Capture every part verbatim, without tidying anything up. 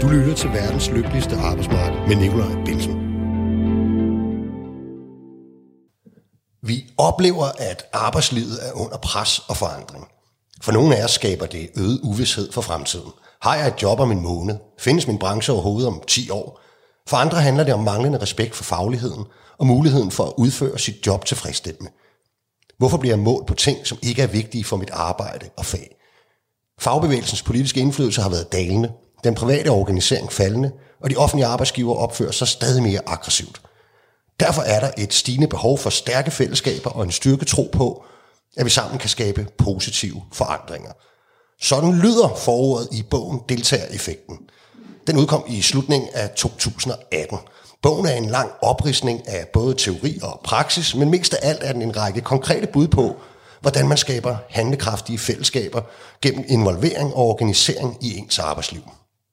lytter til verdens lykkeligste arbejdsmarked med Nikolaj Bensen. Vi oplever, at arbejdslivet er under pres og forandring. For nogle af os skaber det øget uvished for fremtiden. Har jeg et job om en måned? Findes min branche overhovedet om ti år? For andre handler det om manglende respekt for fagligheden og muligheden for at udføre sit job tilfredsstillende. Hvorfor bliver jeg målt på ting, som ikke er vigtige for mit arbejde og fag? Fagbevægelsens politiske indflydelse har været dalende, den private organisering faldende, og de offentlige arbejdsgivere opfører sig stadig mere aggressivt. Derfor er der et stigende behov for stærke fællesskaber og en styrke tro på, at vi sammen kan skabe positive forandringer. Sådan lyder forordet i bogen Deltagereffekten. Den udkom i slutningen af to tusind og atten. Bogen er en lang opridsning af både teori og praksis, men mest af alt er den en række konkrete bud på, hvordan man skaber handlekraftige fællesskaber gennem involvering og organisering i ens arbejdsliv.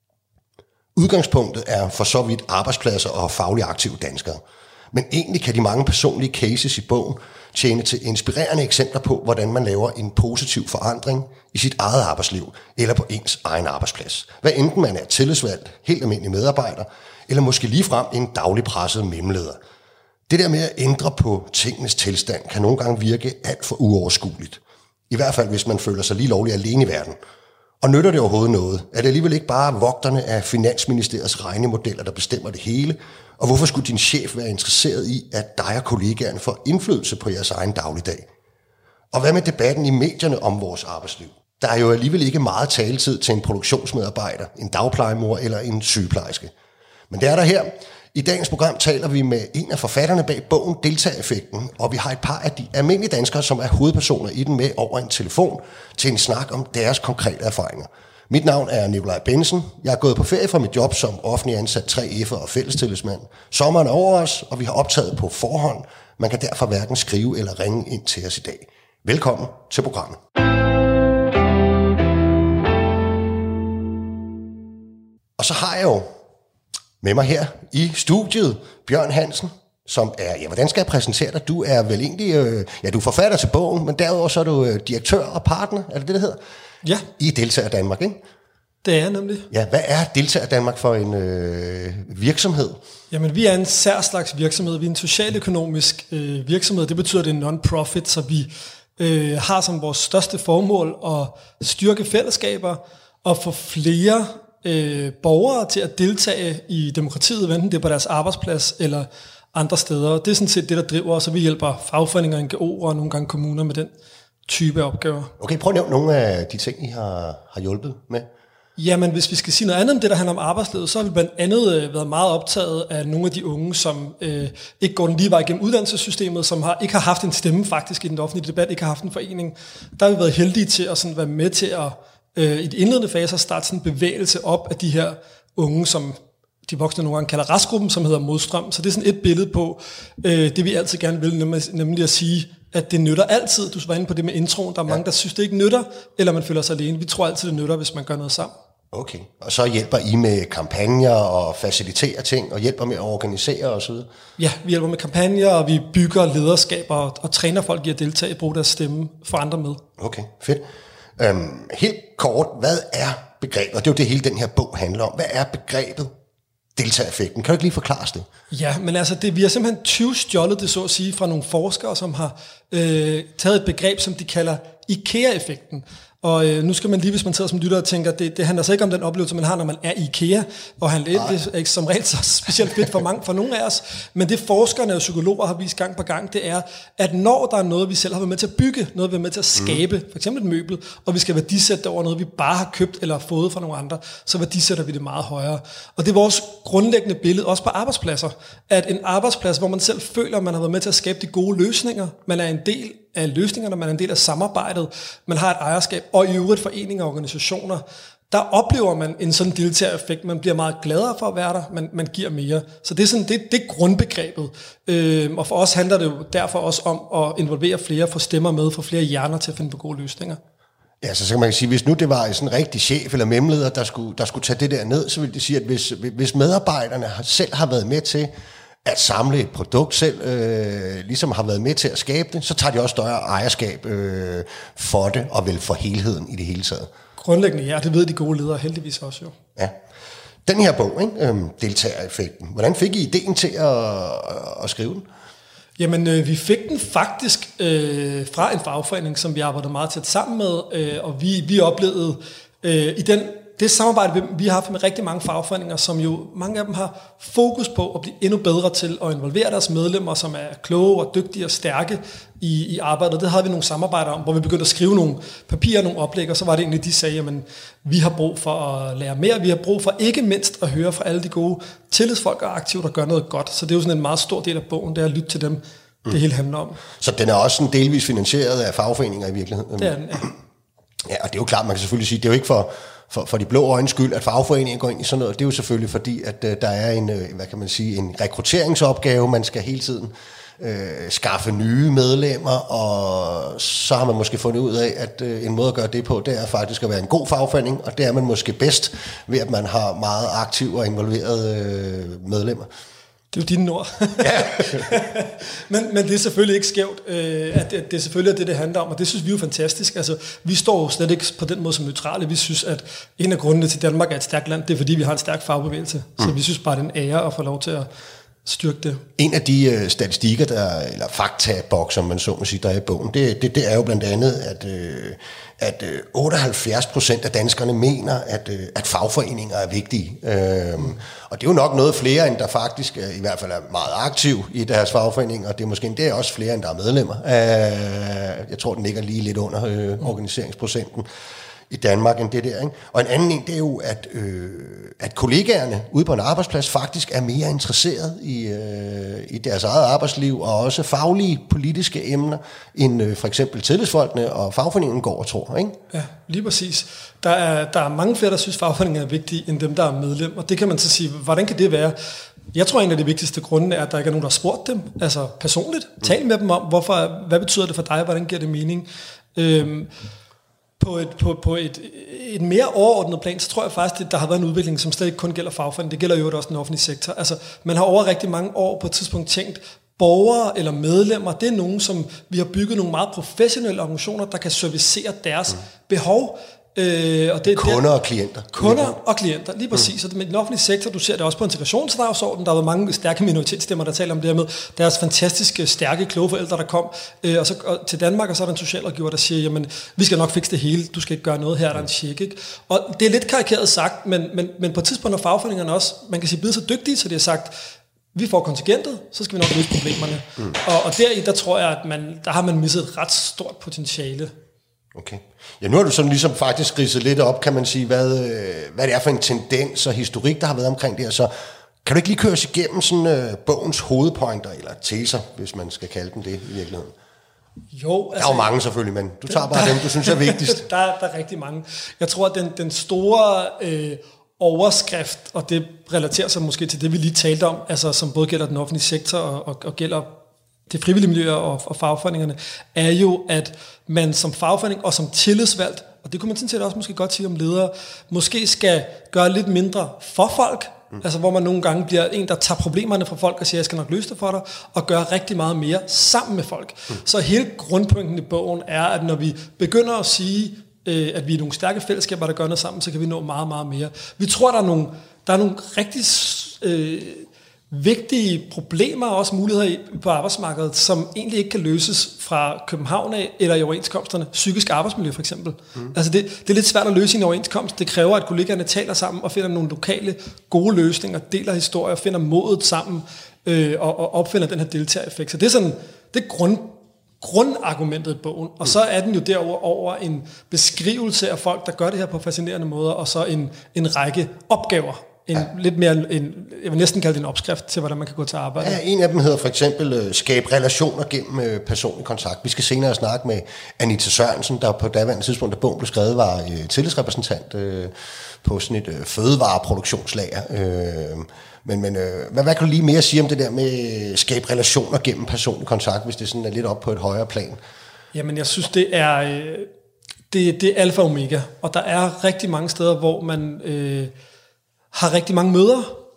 Udgangspunktet er for så vidt arbejdspladser og fagligt aktive danskere. Men egentlig kan de mange personlige cases i bogen tjene til inspirerende eksempler på, hvordan man laver en positiv forandring i sit eget arbejdsliv eller på ens egen arbejdsplads. Hvad enten man er tillidsvalgt, helt almindelig medarbejder, eller måske ligefrem en daglig presset mellemleder. Det der med at ændre på tingenes tilstand kan nogle gange virke alt for uoverskueligt. I hvert fald, hvis man føler sig lige lovlig alene i verden. Og nytter det overhovedet noget? Er det alligevel ikke bare vogterne af Finansministeriets regnemodeller, der bestemmer det hele? Og hvorfor skulle din chef være interesseret i, at dig og kollegaerne får indflydelse på jeres egen dagligdag? Og hvad med debatten i medierne om vores arbejdsliv? Der er jo alligevel ikke meget taletid til en produktionsmedarbejder, en dagplejemor eller en sygeplejerske. Men det er der her. I dagens program taler vi med en af forfatterne bag bogen Deltagereffekten, og vi har et par af de almindelige danskere, som er hovedpersoner i den, med over en telefon til en snak om deres konkrete erfaringer. Mit navn er Nikolaj Bensen. Jeg er gået på ferie fra mit job som offentlig ansat tre F'er og fællestillidsmand. Sommeren er over os, og vi har optaget på forhånd. Man kan derfor hverken skrive eller ringe ind til os i dag. Velkommen til programmet. Og så har jeg jo med mig her i studiet Bjørn Hansen, som er, ja, hvordan skal jeg præsentere dig? Du er vel egentlig, øh, ja, du er forfatter til bogen, men derudover så er du øh, direktør og partner, er det det, der hedder? Ja. I Deltager Danmark, ikke? Det er nemlig. Ja, hvad er Deltager Danmark for en øh, virksomhed? Jamen, vi er en sær slags virksomhed. Vi er en socialøkonomisk øh, virksomhed. Det betyder, at det er en non-profit, så vi øh, har som vores største formål at styrke fællesskaber og få flere øh, borgere til at deltage i demokratiet, enten det er på deres arbejdsplads eller andre steder. Det er sådan set det, der driver os, og vi hjælper fagforeninger, N G O'er og nogle gange kommuner med den type opgaver. Okay, prøv at nævne nogle af de ting, I har, har hjulpet med. Jamen, hvis vi skal sige noget andet om det, der handler om arbejdslivet, så har vi blandt andet øh, været meget optaget af nogle af de unge, som øh, ikke går den lige vej gennem uddannelsessystemet, som har, ikke har haft en stemme faktisk i den offentlige debat, ikke har haft en forening. Der har vi været heldige til at sådan være med til at øh, i de indledende faser starte sådan en bevægelse op af de her unge, som de voksne nogle gange kalder restgruppen, som hedder Modstrøm. Så det er sådan et billede på øh, det, vi altid gerne vil, nemlig, nemlig at sige, at det nytter altid. Du var inde på det med introen. Der er mange, der synes, det ikke nytter, eller man føler sig alene. Vi tror altid, det nytter, hvis man gør noget sammen. Okay. Og så hjælper I med kampagner og faciliterer ting, og hjælper med at organisere osv.? Ja, vi hjælper med kampagner, og vi bygger lederskaber og, og træner folk i at deltage og bruge deres stemme for andre med. Okay, fedt. Øhm, helt kort, hvad er begrebet? Og det er jo det, hele den her bog handler om. Hvad er begrebet deltagereffekten? Kan du ikke lige forklare det? Ja, men altså, det, vi har simpelthen tyvstjålet det, så at sige, fra nogle forskere, som har øh, taget et begreb, som de kalder IKEA-effekten. Og øh, nu skal man lige, hvis man sidder som lytter og tænker, det, det handler så ikke om den oplevelse, man har, når man er i IKEA, og handler ind, det er ikke som regel så specielt fedt for, mange, for nogle af os, men det forskerne og psykologer har vist gang på gang, det er, at når der er noget, vi selv har været med til at bygge, noget vi har været med til at skabe, mm. for eksempel et møbel, og vi skal værdisætte det over noget, vi bare har købt eller fået fra nogle andre, så værdisætter vi det meget højere. Og det er vores grundlæggende billede, også på arbejdspladser, at en arbejdsplads, hvor man selv føler, at man har været med til at skabe de gode løsninger, man er en del af løsningerne, man er en del af samarbejdet, man har et ejerskab, og i øvrigt foreninger og organisationer, der oplever man en sådan deltagereffekt. Man bliver meget gladere for at være der, man, man giver mere. Så det er sådan, det, det er grundbegrebet. Øhm, og for os handler det jo derfor også om at involvere flere, få stemmer med, få flere hjerner til at finde på gode løsninger. Ja, så kan man sige, hvis nu det var sådan en rigtig chef eller mellemleder, der skulle, der skulle tage det der ned, så vil det sige, at hvis, hvis medarbejderne selv har været med til at samle et produkt selv, øh, ligesom har været med til at skabe det, så tager de også større ejerskab øh, for det, og vel for helheden i det hele taget. Grundlæggende, ja, det ved de gode ledere heldigvis også jo. Ja. Den her bog, ikke? Øhm, deltagereffekten. Hvordan fik I ideen til at, at skrive den? Jamen, øh, vi fik den faktisk øh, fra en fagforening, som vi arbejdede meget tæt sammen med, øh, og vi, vi oplevede øh, i den, det samarbejde, vi, vi har haft med rigtig mange fagforeninger, som jo mange af dem har fokus på at blive endnu bedre til at involvere deres medlemmer, som er kloge og dygtige og stærke i, i arbejdet. Det havde vi nogle samarbejder om, hvor vi begyndte at skrive nogle papirer, nogle oplæg, og så var det egentlig, de sagde, at vi har brug for at lære mere, vi har brug for ikke mindst at høre fra alle de gode tillidsfolk og aktive, der gør noget godt. Så det er jo sådan en meget stor del af bogen, det er at lytte til dem, mm. det hele handler om. Så den er også en delvis finansieret af fagforeninger i virkeligheden? Det er den, ja. Ja, og det er jo klart, man kan selvfølgelig sige, det er jo ikke for... For, for de blå øjnes skyld, at fagforeningen går ind i sådan noget, det er jo selvfølgelig fordi, at uh, der er en, uh, hvad kan man sige, en rekrutteringsopgave, man skal hele tiden uh, skaffe nye medlemmer, og så har man måske fundet ud af, at uh, en måde at gøre det på, det er faktisk at være en god fagforening, og det er man måske bedst ved, at man har meget aktive og involverede uh, medlemmer. Det er jo dine ord. Ja. men, men det er selvfølgelig ikke skævt, øh, at det, det er selvfølgelig det, det handler om, og det synes vi er jo fantastisk. Altså, vi står jo slet ikke på den måde som neutrale. Vi synes, at en af grundene til Danmark er et stærkt land, det er fordi, vi har en stærk fagbevægelse. Mm. Så vi synes bare, det er en ære at få lov til at styrke det. En af de øh, statistikker, der, eller faktabok, som man så må sige, der er i bogen, det, det, det er jo blandt andet, at, øh, at øh, otteoghalvfjerds procent af danskerne mener, at, øh, at fagforeninger er vigtige. Øh, og det er jo nok noget flere, end der faktisk øh, i hvert fald er meget aktiv i deres fagforeninger, og det er måske endda også flere, end der er medlemmer. Øh, jeg tror, den ligger lige lidt under øh, organiseringsprocenten i Danmark end det der, ikke? Og en anden en, det er jo, at, øh, at kollegaerne ude på en arbejdsplads faktisk er mere interesseret i, øh, i deres eget arbejdsliv, og også faglige politiske emner, end øh, for eksempel tillidsfolkene og fagforeningen går og tror, ikke? Ja, lige præcis. Der er, der er mange flere, der synes, fagforeningen er vigtige, end dem, der er medlem, og det kan man så sige, hvordan kan det være? Jeg tror, en af de vigtigste grunde er, at der ikke er nogen, der har spurgt dem, altså personligt. Tal med dem om, hvorfor, hvad betyder det for dig, hvordan giver det mening? Øhm, På, et, på, på et, et mere overordnet plan, så tror jeg faktisk, at der har været en udvikling, som slet ikke kun gælder fagforeningen. Det gælder jo også den offentlige sektor. Altså, man har over rigtig mange år på et tidspunkt tænkt, borgere eller medlemmer, det er nogen, som vi har bygget nogle meget professionelle organisationer, der kan servicere deres mm. behov. Øh, og det, kunder der, og klienter. Kunder og klienter, lige præcis. Mm. Og med den offentlige sektor, du ser det også på integrationsdagsordenen, der har været mange stærke minoritetsstemmer, der taler om det her med deres fantastiske, stærke, kloge forældre, der kom øh, og så, og til Danmark, og så er der en socialrådgiver, der siger, jamen, vi skal nok fikse det hele, du skal ikke gøre noget, her er der en check, ikke? Og det er lidt karikeret sagt, men, men, men på et tidspunkt er fagforeningerne også, man kan sige, blevet så dygtige, så de har sagt, vi får kontingentet, så skal vi nok løse problemerne. Mm. Og, og deri, der tror jeg, at man, der har man misset et ret stort potentiale. Okay. Ja, nu har du sådan ligesom faktisk ridset lidt op, kan man sige, hvad, hvad det er for en tendens og historik, der har været omkring det her. Så kan du ikke lige køre os igennem sådan, uh, bogens hovedpointer, eller teser, hvis man skal kalde dem det i virkeligheden? Jo, altså, der er jo mange selvfølgelig, men du tager bare der, dem, du synes er vigtigst. der, der er rigtig mange. Jeg tror, at den, den store øh, overskrift, og det relaterer sig måske til det, vi lige talte om, altså som både gælder den offentlige sektor og, og, og gælder det frivillige miljø og, og fagforeningerne, er jo, at man som fagforening og som tillidsvalgt, og det kunne man sådan set også måske godt sige om ledere, måske skal gøre lidt mindre for folk, mm. altså hvor man nogle gange bliver en, der tager problemerne fra folk og siger, jeg skal nok løse det for dig, og gøre rigtig meget mere sammen med folk. Mm. Så hele grundpointen i bogen er, at når vi begynder at sige, øh, at vi er nogle stærke fællesskaber, der gør noget sammen, så kan vi nå meget, meget mere. Vi tror, der er nogle, der er nogle rigtig øh, vigtige problemer og også muligheder på arbejdsmarkedet, som egentlig ikke kan løses fra København af eller i overenskomsterne. Psykisk arbejdsmiljø for eksempel. Mm. Altså det, det er lidt svært at løse i en overenskomst. Det kræver, at kollegaerne taler sammen og finder nogle lokale gode løsninger, deler historier, finder modet sammen øh, og, og opfinder den her deltagereffekt. Så det er sådan, det er grund, grundargumentet i bogen. Og så er den jo derover over en beskrivelse af folk, der gør det her på fascinerende måder, og så en, en række opgaver. En, ja. Lidt mere en, jeg vil næsten kalde det en opskrift til, hvordan man kan gå til arbejde. Ja, en af dem hedder for eksempel uh, skabe relationer gennem uh, personlig kontakt. Vi skal senere snakke med Anita Sørensen, der på daværende tidspunkt, da bogen blev skrevet, var uh, tillidsrepræsentant uh, på sådan et uh, fødevareproduktionslager. Uh, men men uh, hvad, hvad kan du lige mere sige om det der med uh, skabe relationer gennem personlig kontakt, hvis det sådan er lidt op på et højere plan? Jamen, jeg synes, det er, øh, det, det er alfa og omega. Og der er rigtig mange steder, hvor man Øh, har rigtig mange møder,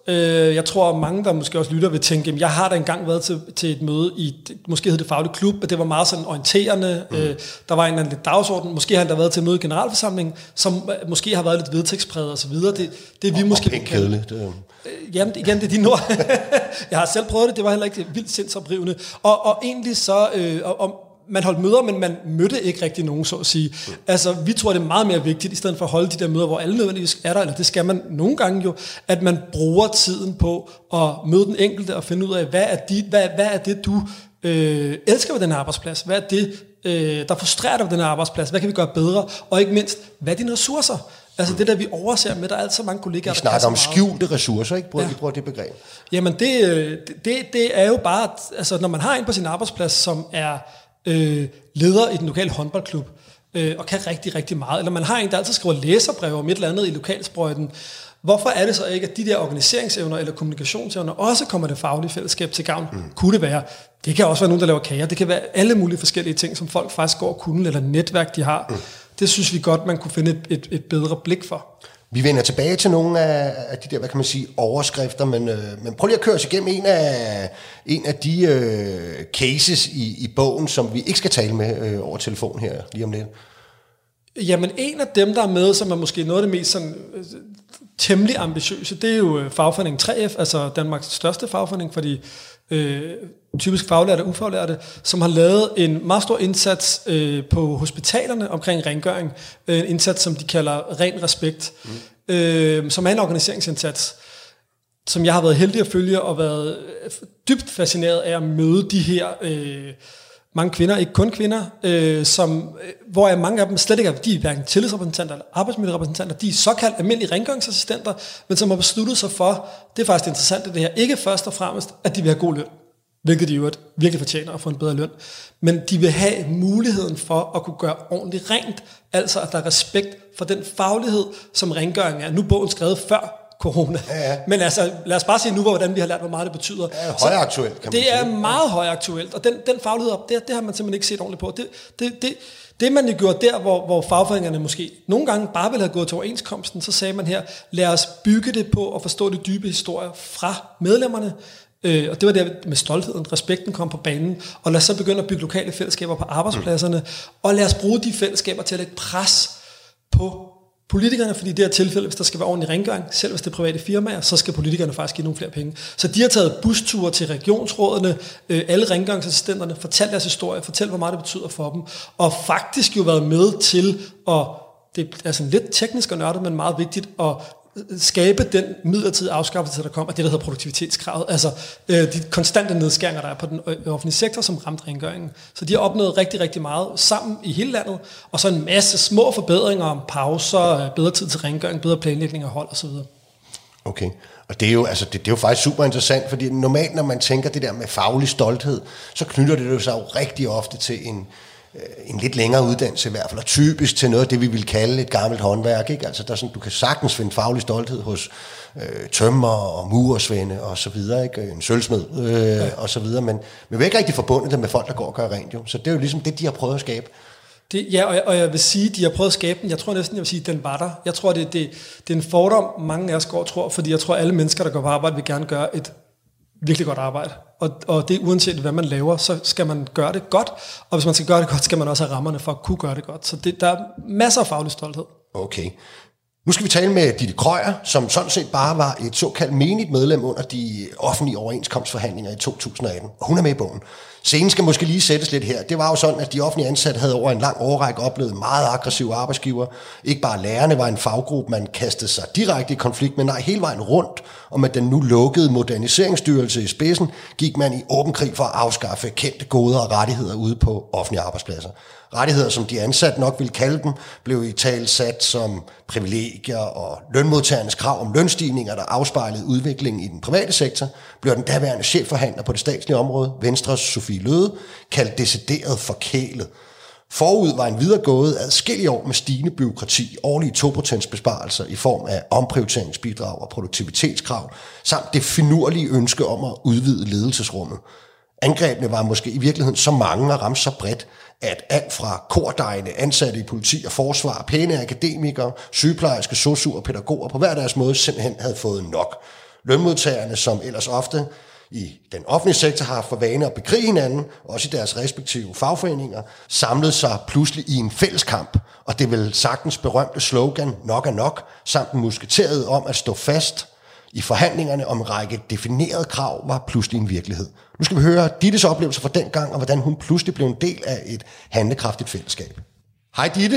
Øh, jeg tror, at mange, der måske også lytter, vil tænke, at jeg har da engang været til, til et møde i, måske hed det Faglig Klub, og det var meget sådan orienterende. Mm. Øh, der var en eller anden lidt dagsorden. Måske har han da været til et møde i generalforsamlingen, som måske har været lidt vedtægtspræget og så videre. Det, det vi og, måske... Og pænt kedeligt. Det... Øh, jamen, igen, det er dine ord. Jeg har selv prøvet det, det var heller ikke vildt sindsoprivende. Og, og egentlig så... Øh, og, og man holdt møder, men man mødte ikke rigtig nogen, så at sige. Mm. Altså, vi tror, det er meget mere vigtigt, i stedet for at holde de der møder, hvor alle nødvendigvis er der, eller det skal man nogle gange jo, at man bruger tiden på at møde den enkelte og finde ud af, hvad er, de, hvad, hvad er det, du øh, elsker ved den arbejdsplads? Hvad er det, øh, der frustrerer dig ved den arbejdsplads? Hvad kan vi gøre bedre? Og ikke mindst, hvad er dine ressourcer? Altså mm. det der, vi overser med, der er altid mange kollegaer, vi snakker om skjulte ressourcer, ikke? Bruger, ja. Vi bruger det begreb. Jamen, det, det, det er jo bare, altså når man har en på sin arbejdsplads, som er Øh, leder i den lokale håndboldklub øh, og kan rigtig, rigtig meget, eller man har en, der altid skriver læserbreve om et eller andet i lokalsprøjten, hvorfor er det så ikke, at de der organiseringsevner eller kommunikationsevner også kommer det faglige fællesskab til gavn? Mm. Kunne det være? Det kan også være nogen, der laver kager, det kan være alle mulige forskellige ting, som folk faktisk går og kunne, eller netværk, de har. Mm. Det synes vi godt, man kunne finde et, et, et bedre blik for. Vi vender tilbage til nogle af, af de der, hvad kan man sige, overskrifter, men, øh, men prøv lige at køre os igennem en af, en af de øh, cases i, i bogen, som vi ikke skal tale med øh, over telefon her lige om lidt. Jamen en af dem, der er med, som er måske noget af det mest sådan, øh, temmelig ambitiøse, det er jo fagforeningen tre F, altså Danmarks største fagforening for de øh, typisk faglærte og ufaglærte, som har lavet en meget stor indsats øh, på hospitalerne omkring rengøring. En indsats, som de kalder Ren Respekt, mm. øh, som er en organiseringsindsats, som jeg har været heldig at følge og været dybt fascineret af at møde de her øh, mange kvinder, ikke kun kvinder, øh, som, hvor er mange af dem slet ikke er, de er hverken tillidsrepræsentanter eller arbejdsmiljørepræsentanter, de er såkaldt almindelige rengøringsassistenter, men som har besluttet sig for, det er faktisk interessant det her, ikke først og fremmest, at de vil have god løn, hvilket de jo virkelig fortjener at få en bedre løn, men de vil have muligheden for at kunne gøre ordentligt rent, altså at der er respekt for den faglighed, som rengøring er. Nu er bogen skrevet før corona. Ja, ja. Men altså, lad os bare se nu, hvordan vi har lært, hvor meget det betyder. Ja, højaktuelt, kan man det sige. Det er meget højaktuelt, og den, den faglighed, det, det har man simpelthen ikke set ordentligt på. Det, det, det, det man jo gjorde der, hvor, hvor fagforeningerne måske nogle gange bare ville have gået til overenskomsten, så sagde man her, lad os bygge det på og forstå de dybe historier fra medlemmerne. Øh, og det var der med stoltheden, respekten kom på banen, og lad os så begynde at bygge lokale fællesskaber på arbejdspladserne, mm. og lad os bruge de fællesskaber til at lægge pres på politikerne, fordi i det her tilfælde, hvis der skal være ordentlig rengøring, selv hvis det er private firmaer, så skal politikerne faktisk give nogle flere penge. Så de har taget busture til regionsrådene, øh, alle rengøringsassistenterne, fortalt deres historie, fortalt, hvor meget det betyder for dem, og faktisk jo været med til at, det er sådan lidt teknisk og nørdet, men meget vigtigt, at skabe den midlertidige afskaffelse, der kom, af det, der hedder produktivitetskravet, altså øh, de konstante nedskæringer, der er på den offentlige sektor, som ramte rengøringen. Så de har opnået rigtig, rigtig meget sammen i hele landet, og så en masse små forbedringer om pauser, bedre tid til rengøring, bedre planlægning af hold osv. Okay, og det er jo, altså, det, det er jo faktisk super interessant, fordi normalt, når man tænker det der med faglig stolthed, så knytter det jo sig jo rigtig ofte til en en lidt længere uddannelse i hvert fald, og typisk til noget af det, vi vil kalde et gammelt håndværk, ikke? Altså, der er sådan, du kan sagtens finde faglig stolthed hos øh, tømmer og murersvende og så videre, ikke? En sølvsmed øh, ja. og så videre, men, men vi er ikke rigtig forbundet det med folk, der går og gør rent, jo. Så det er jo ligesom det, de har prøvet at skabe. Det, ja, og jeg, og jeg vil sige, de har prøvet at skabe den. Jeg tror næsten, jeg vil sige, den var der. Jeg tror, det, det, det er en fordom, mange af os går og tror, fordi jeg tror, alle mennesker, der går på arbejde, vil gerne gøre et virkelig godt arbejde. Og, og det uanset hvad man laver, så skal man gøre det godt. Og hvis man skal gøre det godt, skal man også have rammerne for at kunne gøre det godt. Så det, der er masser af faglig stolthed. Okay. Nu skal vi tale med Ditte Krøyer, som sådan set bare var et såkaldt menigt medlem under de offentlige overenskomstforhandlinger i to tusind og atten. Og hun er med i bogen. Scenen skal måske lige sættes lidt her. Det var jo sådan, at de offentlige ansatte havde over en lang årrække oplevet meget aggressive arbejdsgiver. Ikke bare lærerne var en faggruppe, man kastede sig direkte i konflikt med, nej, hele vejen rundt. Og med den nu lukkede moderniseringsstyrelse i spidsen, gik man i åben krig for at afskaffe kendte goder og rettigheder ude på offentlige arbejdspladser. Rettigheder, som de ansatte nok ville kalde dem, blev i tale sat som privilegier og lønmodtagernes krav om lønstigninger, der afspejlede udviklingen i den private sektor, blev den daværende chefforhandler på det statslige område, Venstres Sofie Løhde, kaldt decideret forkælet. Forud var en videregået adskillige år med stigende byråkrati, årlige to procent besparelser i form af omprioriteringsbidrag og produktivitetskrav, samt det finurlige ønske om at udvide ledelsesrummet. Angrebene var måske i virkeligheden så mange og ramte så bredt, at alt fra kordegene, ansatte i politi og forsvar, pæne akademikere, sygeplejerske, sosuer og pædagoger på hver deres måde simpelthen havde fået nok. Lønmodtagerne, som ellers ofte i den offentlige sektor har for vane at bekrige hinanden, også i deres respektive fagforeninger, samlede sig pludselig i en fælleskamp, og det vil sagtens berømte slogan nok er nok, samt en musketeret om at stå fast i forhandlingerne om en række definerede krav, var pludselig en virkelighed. Nu skal vi høre Dittes oplevelser fra den gang, og hvordan hun pludselig blev en del af et handlekraftigt fællesskab. Hej Ditte.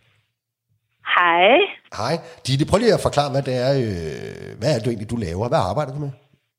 Hej. Hej. Ditte, prøv lige at forklare, hvad det er, øh, hvad er det egentlig, du laver? Hvad arbejder du med?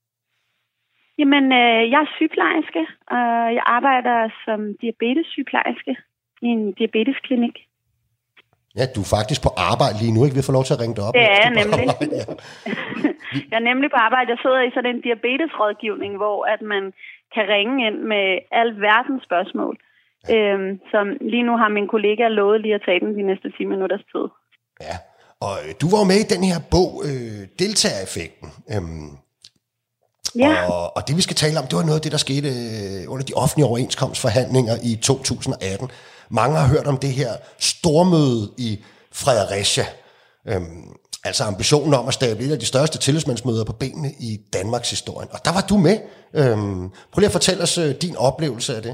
Jamen, øh, jeg er sygeplejerske, og jeg arbejder som diabetessygeplejerske i en diabetesklinik. Ja, du er faktisk på arbejde lige nu, ikke? Vi får lov til at ringe dig op. Det er jeg nemlig. Ja. Jeg er nemlig på arbejde. Jeg sidder i sådan en diabetesrådgivning, hvor at man kan ringe ind med al verdens spørgsmål. Ja. Øhm, som lige nu har min kollega lovet lige at tage den de næste ti minutters tid. Ja, og øh, du var jo med i den her bog, øh, Deltagereffekten. Øhm, ja. og, og det vi skal tale om, det var noget af det, der skete øh, under de offentlige overenskomstforhandlinger i to tusind og atten. Mange har hørt om det her stormøde i Fredericia. Øhm, altså ambitionen om at stable et af de største tillidsmandsmøder på benene i Danmarks historie. Og der var du med. Øhm, prøv lige at fortælle os øh, din oplevelse af det.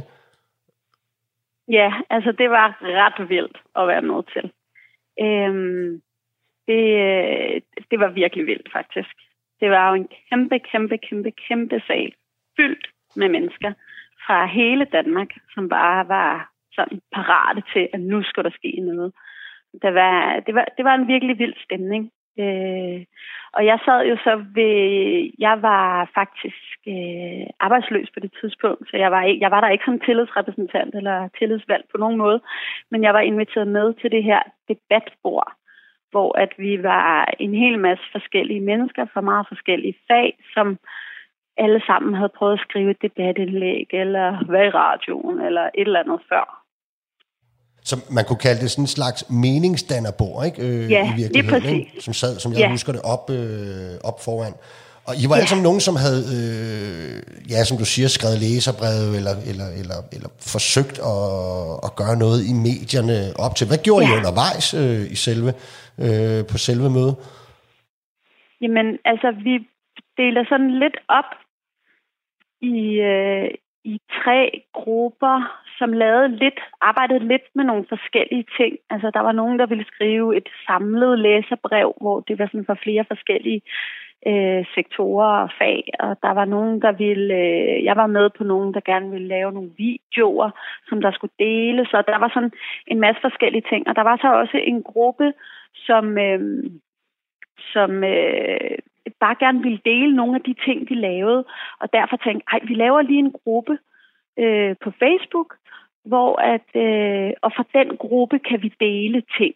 Ja, altså det var ret vildt at være med til. Øhm, det, det var virkelig vildt faktisk. Det var jo en kæmpe, kæmpe, kæmpe, kæmpe sal, fyldt med mennesker fra hele Danmark, som bare var sådan parate til, at nu skulle der ske noget. Det var, det var, det var en virkelig vild stemning. Øh, og jeg sad jo så ved, jeg var faktisk øh, arbejdsløs på det tidspunkt, så jeg var, ikke, jeg var der ikke som tillidsrepræsentant eller tillidsvalgt på nogen måde, men jeg var inviteret med til det her debatbord, hvor at vi var en hel masse forskellige mennesker fra meget forskellige fag, som alle sammen havde prøvet at skrive et debatindlæg, eller være i radioen, eller et eller andet før. Så man kunne kalde det sådan en slags meningsdannerbord, ikke? Øh, ja, i virkeligheden, ikke? Som sad, som jeg ja. husker det, op, øh, op foran. Og I var ja. alle sammen nogen, som havde, øh, ja, som du siger, skrevet læserbreve, eller, eller, eller, eller forsøgt at, at gøre noget i medierne op til. Hvad gjorde ja. I undervejs øh, i selve, øh, på selve mødet? Jamen, altså, vi deler sådan lidt op i, øh, i tre grupper, som lavede lidt, arbejdede lidt med nogle forskellige ting. Altså, der var nogen, der ville skrive et samlet læserbrev, hvor det var sådan for flere forskellige øh, sektorer og fag, og der var nogen, der ville, øh, jeg var med på nogen, der gerne ville lave nogle videoer, som der skulle deles, og der var sådan en masse forskellige ting, og der var så også en gruppe, som, øh, som øh, bare gerne ville dele nogle af de ting, de lavede, og derfor tænkte, ej, vi laver lige en gruppe øh, på Facebook, hvor at, øh, og fra den gruppe kan vi dele ting.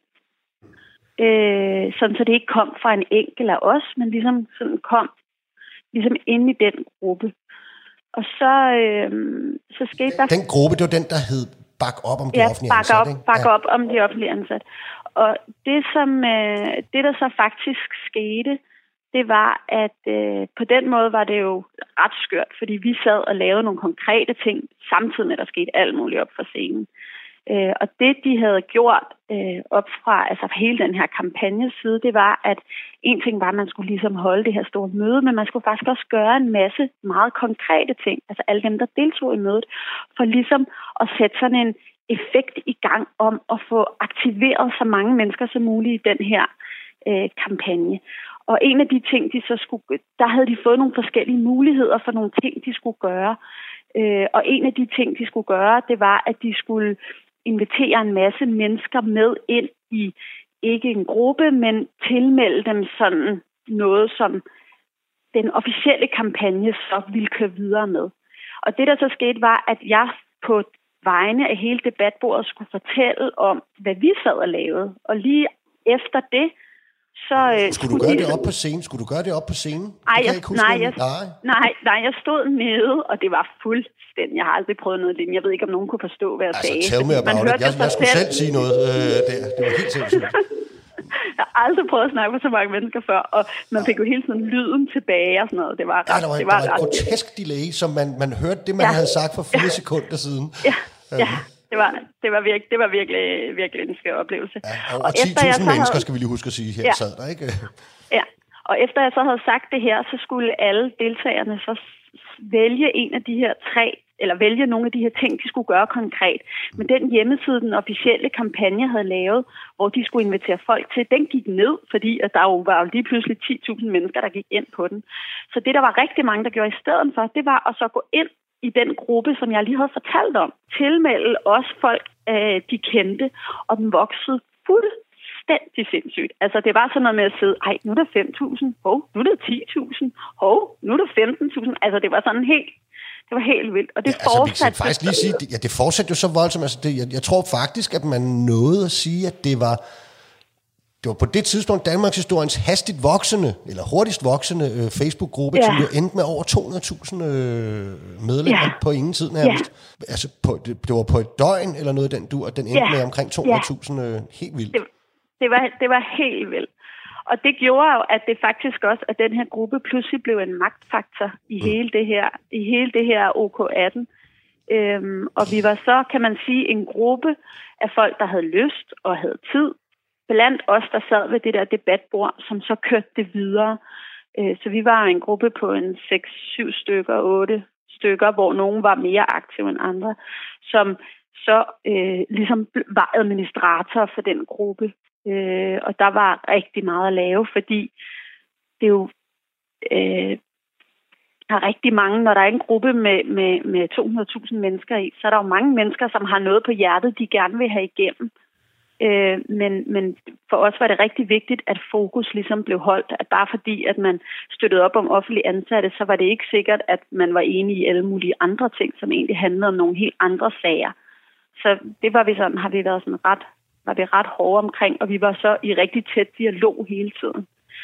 Øh, sådan så det ikke kom fra en enkelt af os, men ligesom sådan kom ligesom ind i den gruppe. Og så, øh, så skete der... Den gruppe, det var den, der hed Bak op om de ja, offentlige bak ansatte, op, ikke? Bak Ja. op om de offentlige ansatte. Og det, som, øh, det, der så faktisk skete, det var, at øh, på den måde var det jo ret skørt, fordi vi sad og lavede nogle konkrete ting, samtidig med, at der skete alt muligt op for scenen. Øh, og det, de havde gjort øh, op fra altså hele den her kampagneside, det var, at en ting var, at man skulle ligesom holde det her store møde, men man skulle faktisk også gøre en masse meget konkrete ting, altså alle dem, der deltog i mødet, for ligesom at sætte sådan en effekt i gang om at få aktiveret så mange mennesker som muligt i den her øh, kampagne. Og en af de ting, de så skulle, der havde de fået nogle forskellige muligheder for nogle ting, de skulle gøre. Øh, og en af de ting, de skulle gøre, det var, at de skulle invitere en masse mennesker med ind i, ikke en gruppe, men tilmelde dem sådan noget, som den officielle kampagne så ville køre videre med. Og det, der så skete, var, at jeg på vegne af hele debatbordet skulle fortælle om, hvad vi sad og lavede. Og lige efter det, så... Øh, skulle, skulle du gøre de... det op på scenen? Skulle du gøre det op på scenen? Ej, jeg, jeg nej, jeg, nej. nej, nej, jeg stod nede, og det var fuldstændig... Jeg har aldrig prøvet noget lignende. Jeg ved ikke, om nogen kunne forstå, hvad jeg altså, sagde. Tell me about it. Jeg, jeg skulle selv sige noget øh, der. Det var helt sindssygt. Jeg har aldrig prøvet at snakke med så mange mennesker før, og man fik jo hele tiden lyden tilbage og sådan noget. Det var ret, ja, der var, det var, der var et grotesk delay, som man, man hørte det, man ja. havde sagt for fire ja. sekunder siden. Ja, ja. Det var, det var, virke, det var virkelig, virkelig en skør oplevelse. Ja, og, og ti tusind mennesker, havde... skal vi lige huske at sige, her ja. sad der, ikke? Ja, Og efter jeg så havde sagt det her, så skulle alle deltagerne så vælge en af de her tre, eller vælge nogle af de her ting, de skulle gøre konkret. Men den hjemmeside, den officielle kampagne havde lavet, hvor de skulle invitere folk til, den gik ned, fordi at der jo var lige pludselig ti tusind mennesker, der gik ind på den. Så det, der var rigtig mange, der gjorde i stedet for, det var at så gå ind i den gruppe, som jeg lige havde fortalt om. Tilmelde også folk, øh, de kendte, og den voksede fuldstændig sindssygt. Altså, det var sådan noget med at sidde, ej, nu er der fem tusind, hov, nu er der ti tusind, hov, nu er der femten tusind. Altså, det var sådan helt, det var helt vildt. Og det ja, fortsatte... Altså, faktisk lige sige, ja, det fortsatte jo så voldsomt. Altså, det, jeg, jeg tror faktisk, at man nåede at sige, at det var, det var på det tidspunkt Danmarks historiens hastigt voksende, eller hurtigst voksende øh, Facebook-gruppe, ja. Som jo endte med over to hundrede tusind øh, medlemmer ja. På ingen tid nærmest. Ja. Altså, på, det, det var på et døgn eller noget den du, og den endte ja. Med omkring to hundrede tusind. Øh, helt vildt. Det, det, var, det var helt vildt. Og det gjorde jo, at det faktisk også, at den her gruppe pludselig blev en magtfaktor i mm. hele det her, i hele det her O K atten. Øhm, og vi var så, kan man sige, en gruppe af folk, der havde lyst og havde tid, blandt os, der sad ved det der debatbord, som så kørte det videre. Øh, så vi var en gruppe på en seks, syv stykker, otte stykker, hvor nogen var mere aktive end andre, som så øh, ligesom var administrator for den gruppe. Øh, og der var rigtig meget at lave, fordi det er jo øh, er rigtig mange, når der er en gruppe med, med, med to hundrede tusind mennesker i, så er der jo mange mennesker, som har noget på hjertet, de gerne vil have igennem. Øh, men, men for os var det rigtig vigtigt, at fokus ligesom blev holdt, at bare fordi, at man støttede op om offentlige ansatte, så var det ikke sikkert, at man var enig i alle mulige andre ting, som egentlig handlede om nogle helt andre sager. Så det var vi sådan, har vi været sådan ret, var vi ret hårde omkring, og vi var så i rigtig tæt dialog hele tiden.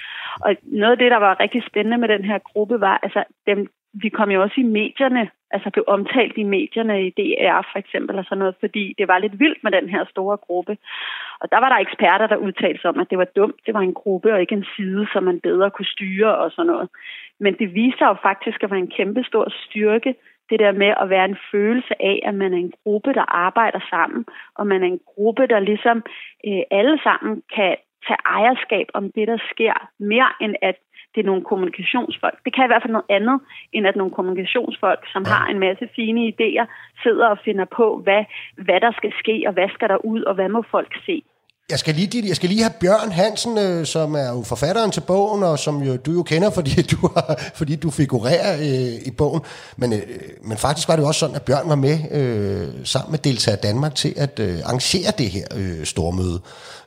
Og noget af det, der var rigtig spændende med den her gruppe, var, altså dem, vi kom jo også i medierne, altså blev omtalt i medierne i D R for eksempel, og sådan noget, fordi det var lidt vildt med den her store gruppe. Og der var der eksperter, der udtalte sig om, at det var dumt, det var en gruppe og ikke en side, som man bedre kunne styre og sådan noget. Men det viste sig jo faktisk at være en kæmpe stor styrke, det der med at være en følelse af, at man er en gruppe, der arbejder sammen, og man er en gruppe, der ligesom øh, alle sammen kan tage ejerskab om det, der sker, mere end at det er nogle kommunikationsfolk. Det kan i hvert fald noget andet, end at nogle kommunikationsfolk, som ja. Har en masse fine idéer, sidder og finder på, hvad, hvad der skal ske, og hvad skal der ud, og hvad må folk se. Jeg skal lige, jeg skal lige have Bjørn Hansen, øh, som er jo forfatteren til bogen, og som jo, du jo kender, fordi du, har, fordi du figurerer øh, i bogen. Men, øh, men faktisk var det jo også sådan, at Bjørn var med øh, sammen med Deltager Danmark til at øh, arrangere det her øh, stormøde.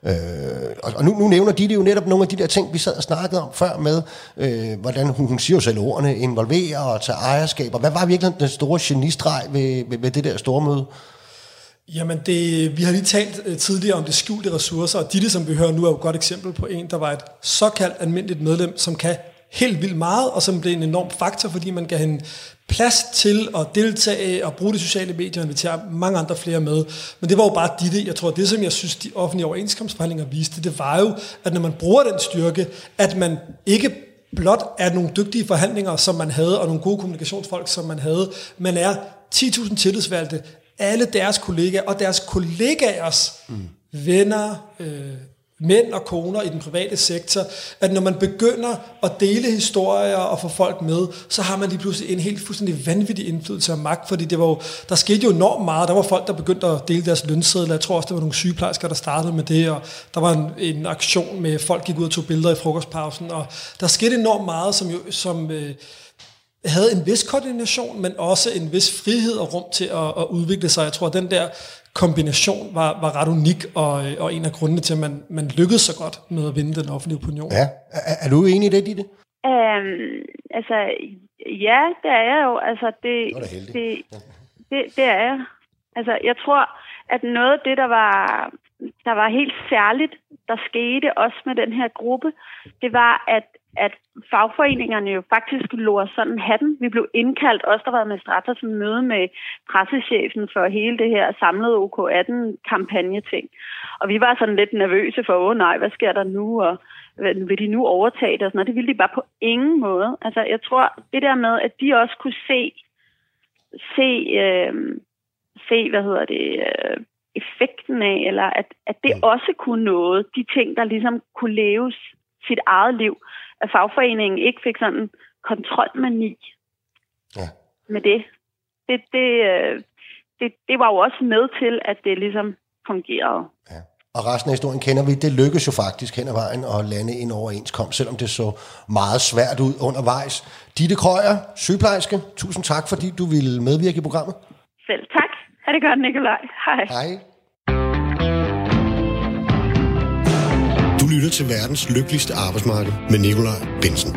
Øh, og og nu, nu nævner de det jo netop nogle af de der ting, vi sad og snakkede om før med, øh, hvordan hun, hun siger jo selv ordene, involvere og tage ejerskab. Og hvad var virkelig den store genistreg ved, ved, ved det der stormøde? Jamen, det, vi har lige talt uh, tidligere om det skjulte ressourcer, og Ditte, som vi hører nu, er jo et godt eksempel på en, der var et såkaldt almindeligt medlem, som kan helt vildt meget, og som blev en enorm faktor, fordi man gav hende plads til at deltage og bruge de sociale medier og invitere mange andre flere med. Men det var jo bare Ditte. Jeg tror, det som jeg synes, de offentlige overenskomstforhandlinger viste, det var jo, at når man bruger den styrke, at man ikke blot er nogle dygtige forhandlinger, som man havde, og nogle gode kommunikationsfolk, som man havde, man er ti tusind tillidsvalgte, alle deres kollegaer og deres kollegaers mm. venner, øh, mænd og koner i den private sektor, at når man begynder at dele historier og få folk med, så har man lige pludselig en helt fuldstændig vanvittig indflydelse og magt, fordi det var jo, der skete jo enormt meget. Der var folk, der begyndte at dele deres lønsedler. Jeg tror også, der var nogle sygeplejersker, der startede med det, og der var en, en aktion med, folk gik ud og tog billeder i frokostpausen, og der skete enormt meget, som jo, som øh, havde en vis koordination, men også en vis frihed og rum til at, at udvikle sig. Jeg tror, at den der kombination var, var ret unik, og, og en af grundene til, at man, man lykkedes så godt med at vinde den offentlige opinion. Ja. Er, er du enig i det, Ditte? Øhm, altså, ja, det er jeg jo. Altså, det, det, det, det, det er jeg. Altså, jeg tror, at noget af det, der var, der var helt særligt, der skete også med den her gruppe, det var, at at fagforeningerne jo faktisk lå sådan hatten. Vi blev indkaldt, også der var administrator, som møde med pressechefen for hele det her samlede O K atten-kampagne-ting. Og vi var sådan lidt nervøse for, åh nej, hvad sker der nu, og vil de nu overtage det, og sådan noget. Det ville de bare på ingen måde. Altså, jeg tror, det der med, at de også kunne se, se, øh, se hvad hedder det, øh, effekten af, eller at, at det også kunne noget, de ting, der ligesom kunne leves sit eget liv, at fagforeningen ikke fik sådan kontrolmani ja. med det. Det, det, det. det var jo også med til, at det ligesom fungerede. Ja. Og resten af historien kender vi. Det lykkedes jo faktisk hen ad vejen at lande en overenskomst, selvom det så meget svært ud undervejs. Ditte Krøyer, sygeplejerske, tusind tak, fordi du ville medvirke i programmet. Selv tak. Ha' det godt, Nikolaj. Hej. Hej. Du lytter til verdens lykkeligste arbejdsmarked med Nikolaj Bensen.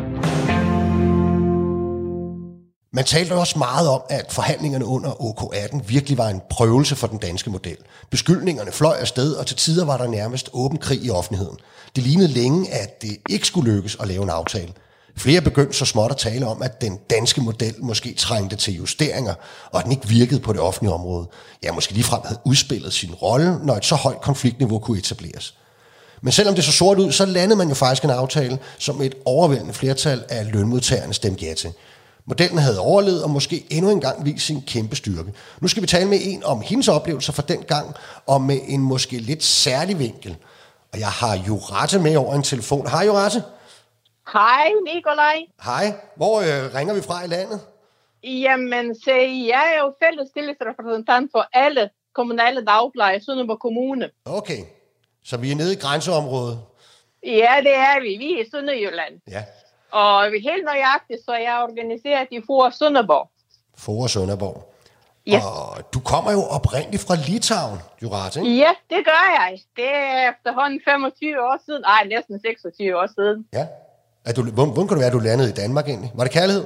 Man talte også meget om, at forhandlingerne under O K atten virkelig var en prøvelse for den danske model. Beskyldningerne fløj afsted, og til tider var der nærmest åben krig i offentligheden. Det lignede længe, at det ikke skulle lykkes at lave en aftale. Flere begyndte så småt at tale om, at den danske model måske trængte til justeringer, og at den ikke virkede på det offentlige område. Ja, måske ligefrem havde udspillet sin rolle, når et så højt konfliktniveau kunne etableres. Men selvom det så sort ud, så landede man jo faktisk en aftale, som et overvældende flertal af lønmodtagerne stemte ja til. Modellen havde overlevet og måske endnu engang vist sin kæmpe styrke. Nu skal vi tale med en om hendes oplevelser fra den gang, og med en måske lidt særlig vinkel. Og jeg har Jurate med over en telefon. Hej Jurate. Hej Nikolaj. Hej. Hvor øh, ringer vi fra i landet? Jamen, se, jeg er jo fælles tillidsrepræsentant for alle kommunale dagplejer i Sønderborg Kommune. Okay, så vi er nede i grænseområdet. Ja, det er vi. Vi er i Sønderjylland. Ja. Og helt nøjagtigt, så er jeg organiseret i Fora Sønderborg. Fora Sønderborg. Ja. Og du kommer jo oprindeligt fra Litauen, Jurate, ikke? Ja, det gør jeg. Det er efterhånden femogtyve år siden. Nej, næsten seksogtyve år siden. Ja. Er du, hvordan, hvordan kan det være, at du landede i Danmark egentlig? Var det kærlighed?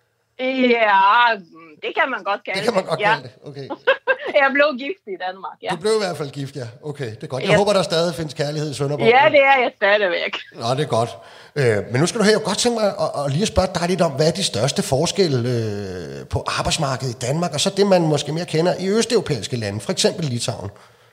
Ja, det kan man godt kalde det. Det kan man godt ja. kalde det, okay. Jeg blev gift i Danmark, ja. Du blev i hvert fald gift, ja. Okay, det er godt. Jeg ja. håber, der stadig findes kærlighed i Sønderborg. Ja, det er jeg stadigvæk. Nå, det er godt. Øh, men nu skal du høre, jeg godt tænke mig at, at lige spørge dig lidt om, hvad er de største forskelle øh, på arbejdsmarkedet i Danmark, og så det, man måske mere kender i østeuropæiske lande, for eksempel Litauen?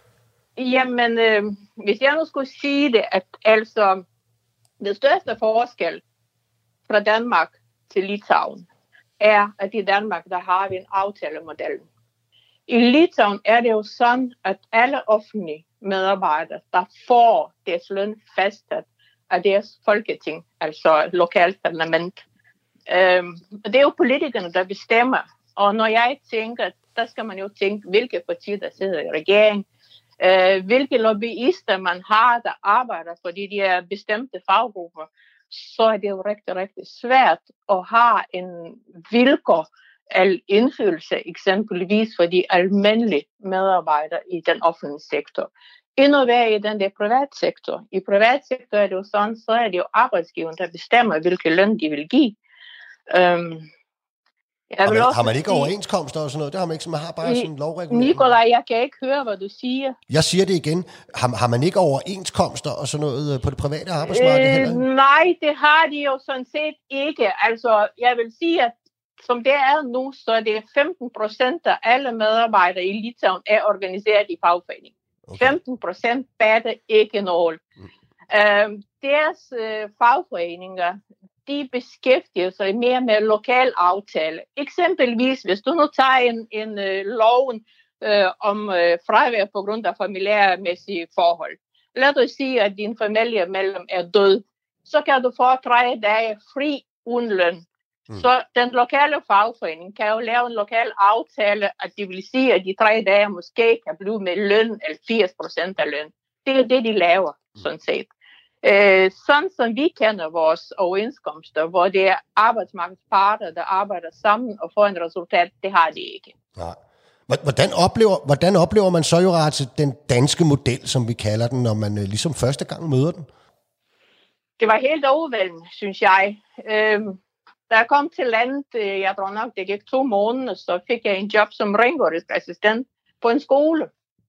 Jamen, øh, hvis jeg nu skulle sige det, at altså, det største forskel fra Danmark til Litauen, er, at i Danmark, der har vi en aftalemodel. I Litauen er det jo sådan, at alle offentlige medarbejdere, der får deres løn fastsat af deres folketing, altså lokalt parlament. Øhm, det er jo politikerne, der bestemmer. Og når jeg tænker, der skal man jo tænke, hvilke partier, der sidder i regeringen, øh, hvilke lobbyister man har, der arbejder for de her bestemte faggrupper, så er det jo rigtig, rigtig svært at have en vilkår af indflydelse, eksempelvis for de almindelige medarbejdere i den offentlige sektor. Endnu værre i den der private sektor. I privat sektor er det jo sådan, så er det jo arbejdsgiveren, der bestemmer, hvilke løn de vil give. Um, har, man, har man ikke overenskomster og sådan noget? Det har man ikke, man har bare sådan en lovregulering. Nikolaj, jeg kan ikke høre, hvad du siger. Jeg siger det igen. Har, har man ikke overenskomster og sådan noget på det private arbejdsmarked øh, heller? Nej, det har de jo sådan set ikke. Altså, jeg vil sige, at som det er nu, så er det femten procent af alle medarbejdere i Litauen er organiseret i fagforening. Okay. femten procent batter ikke noget. Mm. Øh, deres øh, fagforeninger, de beskæftiger sig mere med lokal aftale. Eksempelvis, hvis du nu tager en, en øh, lov øh, om øh, fravær på grund af familiærmæssige forhold. Lad os sige, at din familiemedlem er død. Så kan du få tre dage fri uden løn. Mm. Så den lokale fagforening kan jo lave en lokal aftale, at det vil sige, at de tre dage måske kan blive med løn, eller firs procent af løn. Det er det, de laver, mm. sådan set. Øh, sådan som vi kender vores overenskomster, hvor det er arbejdsmarkedsparter, der arbejder sammen og får en resultat, det har de ikke. Nej. Hvordan oplever, hvordan oplever man så jo ret den danske model, som vi kalder den, når man ligesom første gang møder den? Det var helt overvældende, synes jeg. Øh, Da jeg kom til landet, jeg tror nok, det gik to måneder, så fik jeg en job som rengøringsassistent på en skole.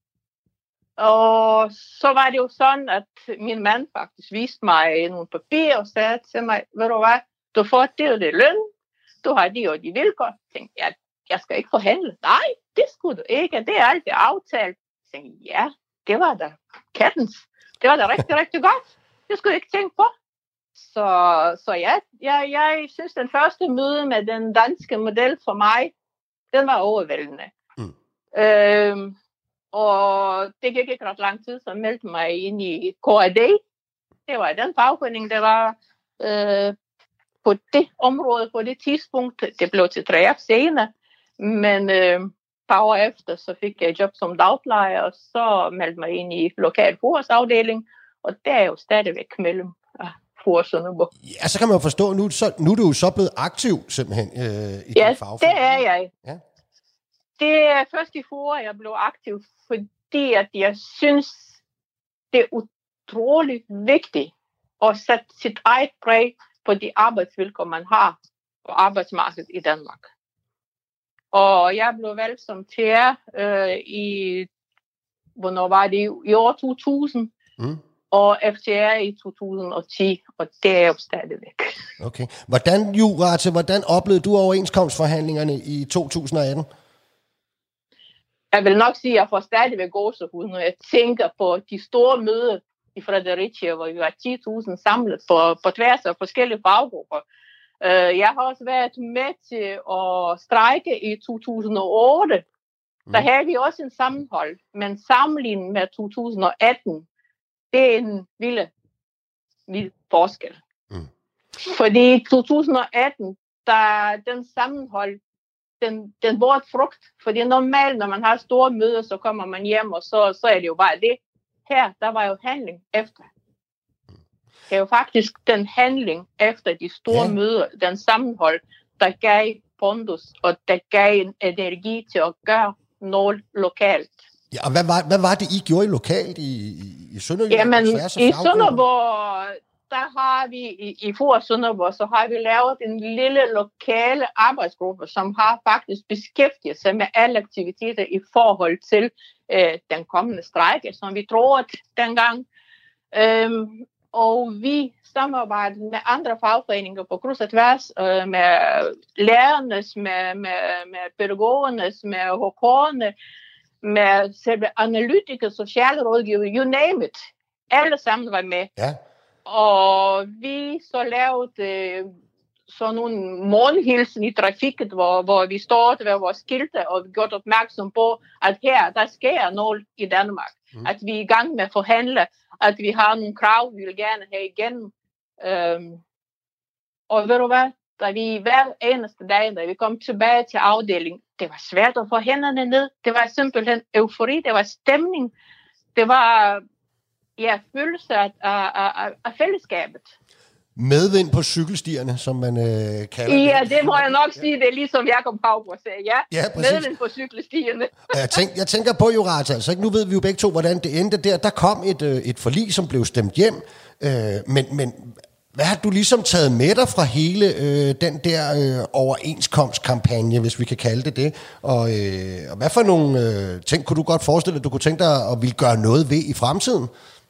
Og så var det jo sådan, at min mand faktisk viste mig nogle papirer og sagde til mig, ved du hvad, du får det og det løn, du har de og de vilkår. Jeg tænkte, jeg, jeg skal ikke forhandle. Nej, det skulle du ikke, det er alt det aftalt. Jeg tænkte, ja, det var da kattens. Det var da rigtig, rigtig godt. Det skulle jeg ikke tænke på. Så, så ja, jeg, jeg synes, den første møde med den danske model for mig, den var overvældende. Mm. Øhm, og det gik ikke ret lang tid, så meldte mig ind i K A D. Det var den fagforening, der var øh, på det område, på det tidspunkt. Det blev til tre år senere, men øh, par år efter, så fik jeg job som dagplejer, og så meldte mig ind i lokal forårsafdeling, og der er jo stadigvæk mellem ja, Fur og Sønderborg. Ja, så kan man jo forstå, nu, så, nu er du jo så blevet aktiv simpelthen øh, i ja, din fagforening. det er jeg. Ja. Det er først i Fur, jeg blev aktiv, fordi at jeg synes, det er utroligt vigtigt at sætte sit eget præg på de arbejdsvilkår, man har på arbejdsmarkedet i Danmark. Og jeg blev valgt som T R øh, i, hvornår var det, i år to tusind, mm. og F T R i to tusind og ti, og det er jo stadigvæk. Okay. Hvordan, Jurate, hvordan oplevede du overenskomstforhandlingerne i to tusind og atten? Jeg vil nok sige, at jeg får stadigvæk gåsehud, når jeg tænker på de store møder i Fredericia, hvor vi var ti tusind samlet på, på tværs af forskellige faggrupper. Uh, jeg har også været med til at strejke i to tusind og otte. Mm. Der havde vi også en sammenhold, men sammenlignet med to tusind og atten, det er en vild, vild forskel. Mm. Fordi i to tusind og atten, der den sammenhold, den, den bort frugt. Fordi normalt, når man har store møder, så kommer man hjem, og så, så er det jo bare det. Her, der var jo handling efter. Det er jo faktisk den handling efter de store ja. møder, den sammenhold, der gav pondus, og der gav en energi til at gøre noget lokalt. Ja, og hvad var, hvad var det, I gjorde lokalt i, i, i Sønderborg? Jamen, i Sønderborg, der har vi, i, i Fur Sønderborg, så har vi lavet en lille lokale arbejdsgruppe, som har faktisk beskæftiget sig med alle aktiviteter i forhold til øh, den kommende strejke, som vi troede dengang. Øhm, og vi samarbejder med andre fagforeninger på kryds og tværs, øh, med lærernes, med, med, med pædagogernes, med H K'erne, med selve analytikere, socialrådgiver, you name it. Alle sammen var med. Ja. Og vi så lavede øh, sådan nogle morgenhilsen i trafikken, hvor, hvor vi står ved vores skilte og vi gjort opmærksom på, at her, der sker noget i Danmark. Mm. At vi er i gang med at forhandle, at vi har nogle krav, vi vil gerne have igennem. Øhm, og ved du hvad, da vi hver eneste dag, da vi kom tilbage til afdelingen, det var svært at få hænderne ned. Det var simpelthen eufori, det var stemning, det var ja, følelse af, af, af, af fællesskabet. Medvind på cykelstierne, som man øh, kalder det. Ja, det må jeg nok sige, det er ligesom Jakob Haugaard sagde. Ja, ja medvind på cykelstierne. jeg, tænk, jeg tænker på, Jurate, altså nu ved vi jo begge to, hvordan det endte der. Der kom et, øh, et forlig, som blev stemt hjem, øh, men, men hvad har du ligesom taget med dig fra hele øh, den der øh, overenskomstkampagne, hvis vi kan kalde det det? Og, øh, og hvad for nogle øh, ting kunne du godt forestille dig, du kunne tænke dig at ville gøre noget ved i fremtiden?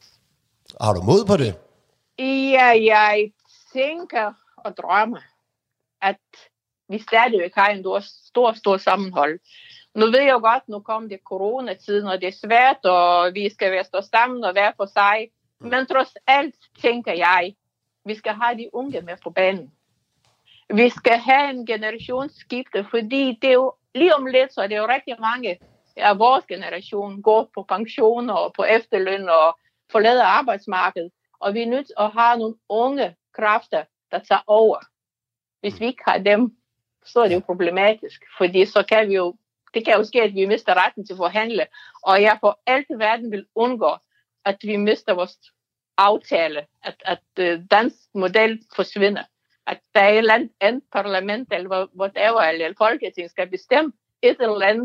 Har du mod på det? Ja, jeg tænker og drømmer, at vi stadigvæk har en stor, stor sammenhold. Nu ved jeg jo godt, nu kommer det coronatiden, og det er svært, og vi skal være stå sammen og være for sig. Men trods alt tænker jeg, vi skal have de unge med på banen. Vi skal have en generationsskifte, fordi det er jo lige om lidt, så det er jo rigtig mange af vores generation går på pensioner og på efterløn og forlader arbejdsmarkedet. Og vi er nødt til at have nogle unge kræfter, der tager over. Hvis vi ikke har dem, så er det jo problematisk. Fordi så kan vi jo, det kan jo ske, at vi mister retten til at forhandle. Og jeg for alt i verden vil undgå, at vi mister vores aftale. At, at uh, dansk model forsvinder. At der er et eller andet parlament, eller whatever, eller folketing skal bestemme et eller andet.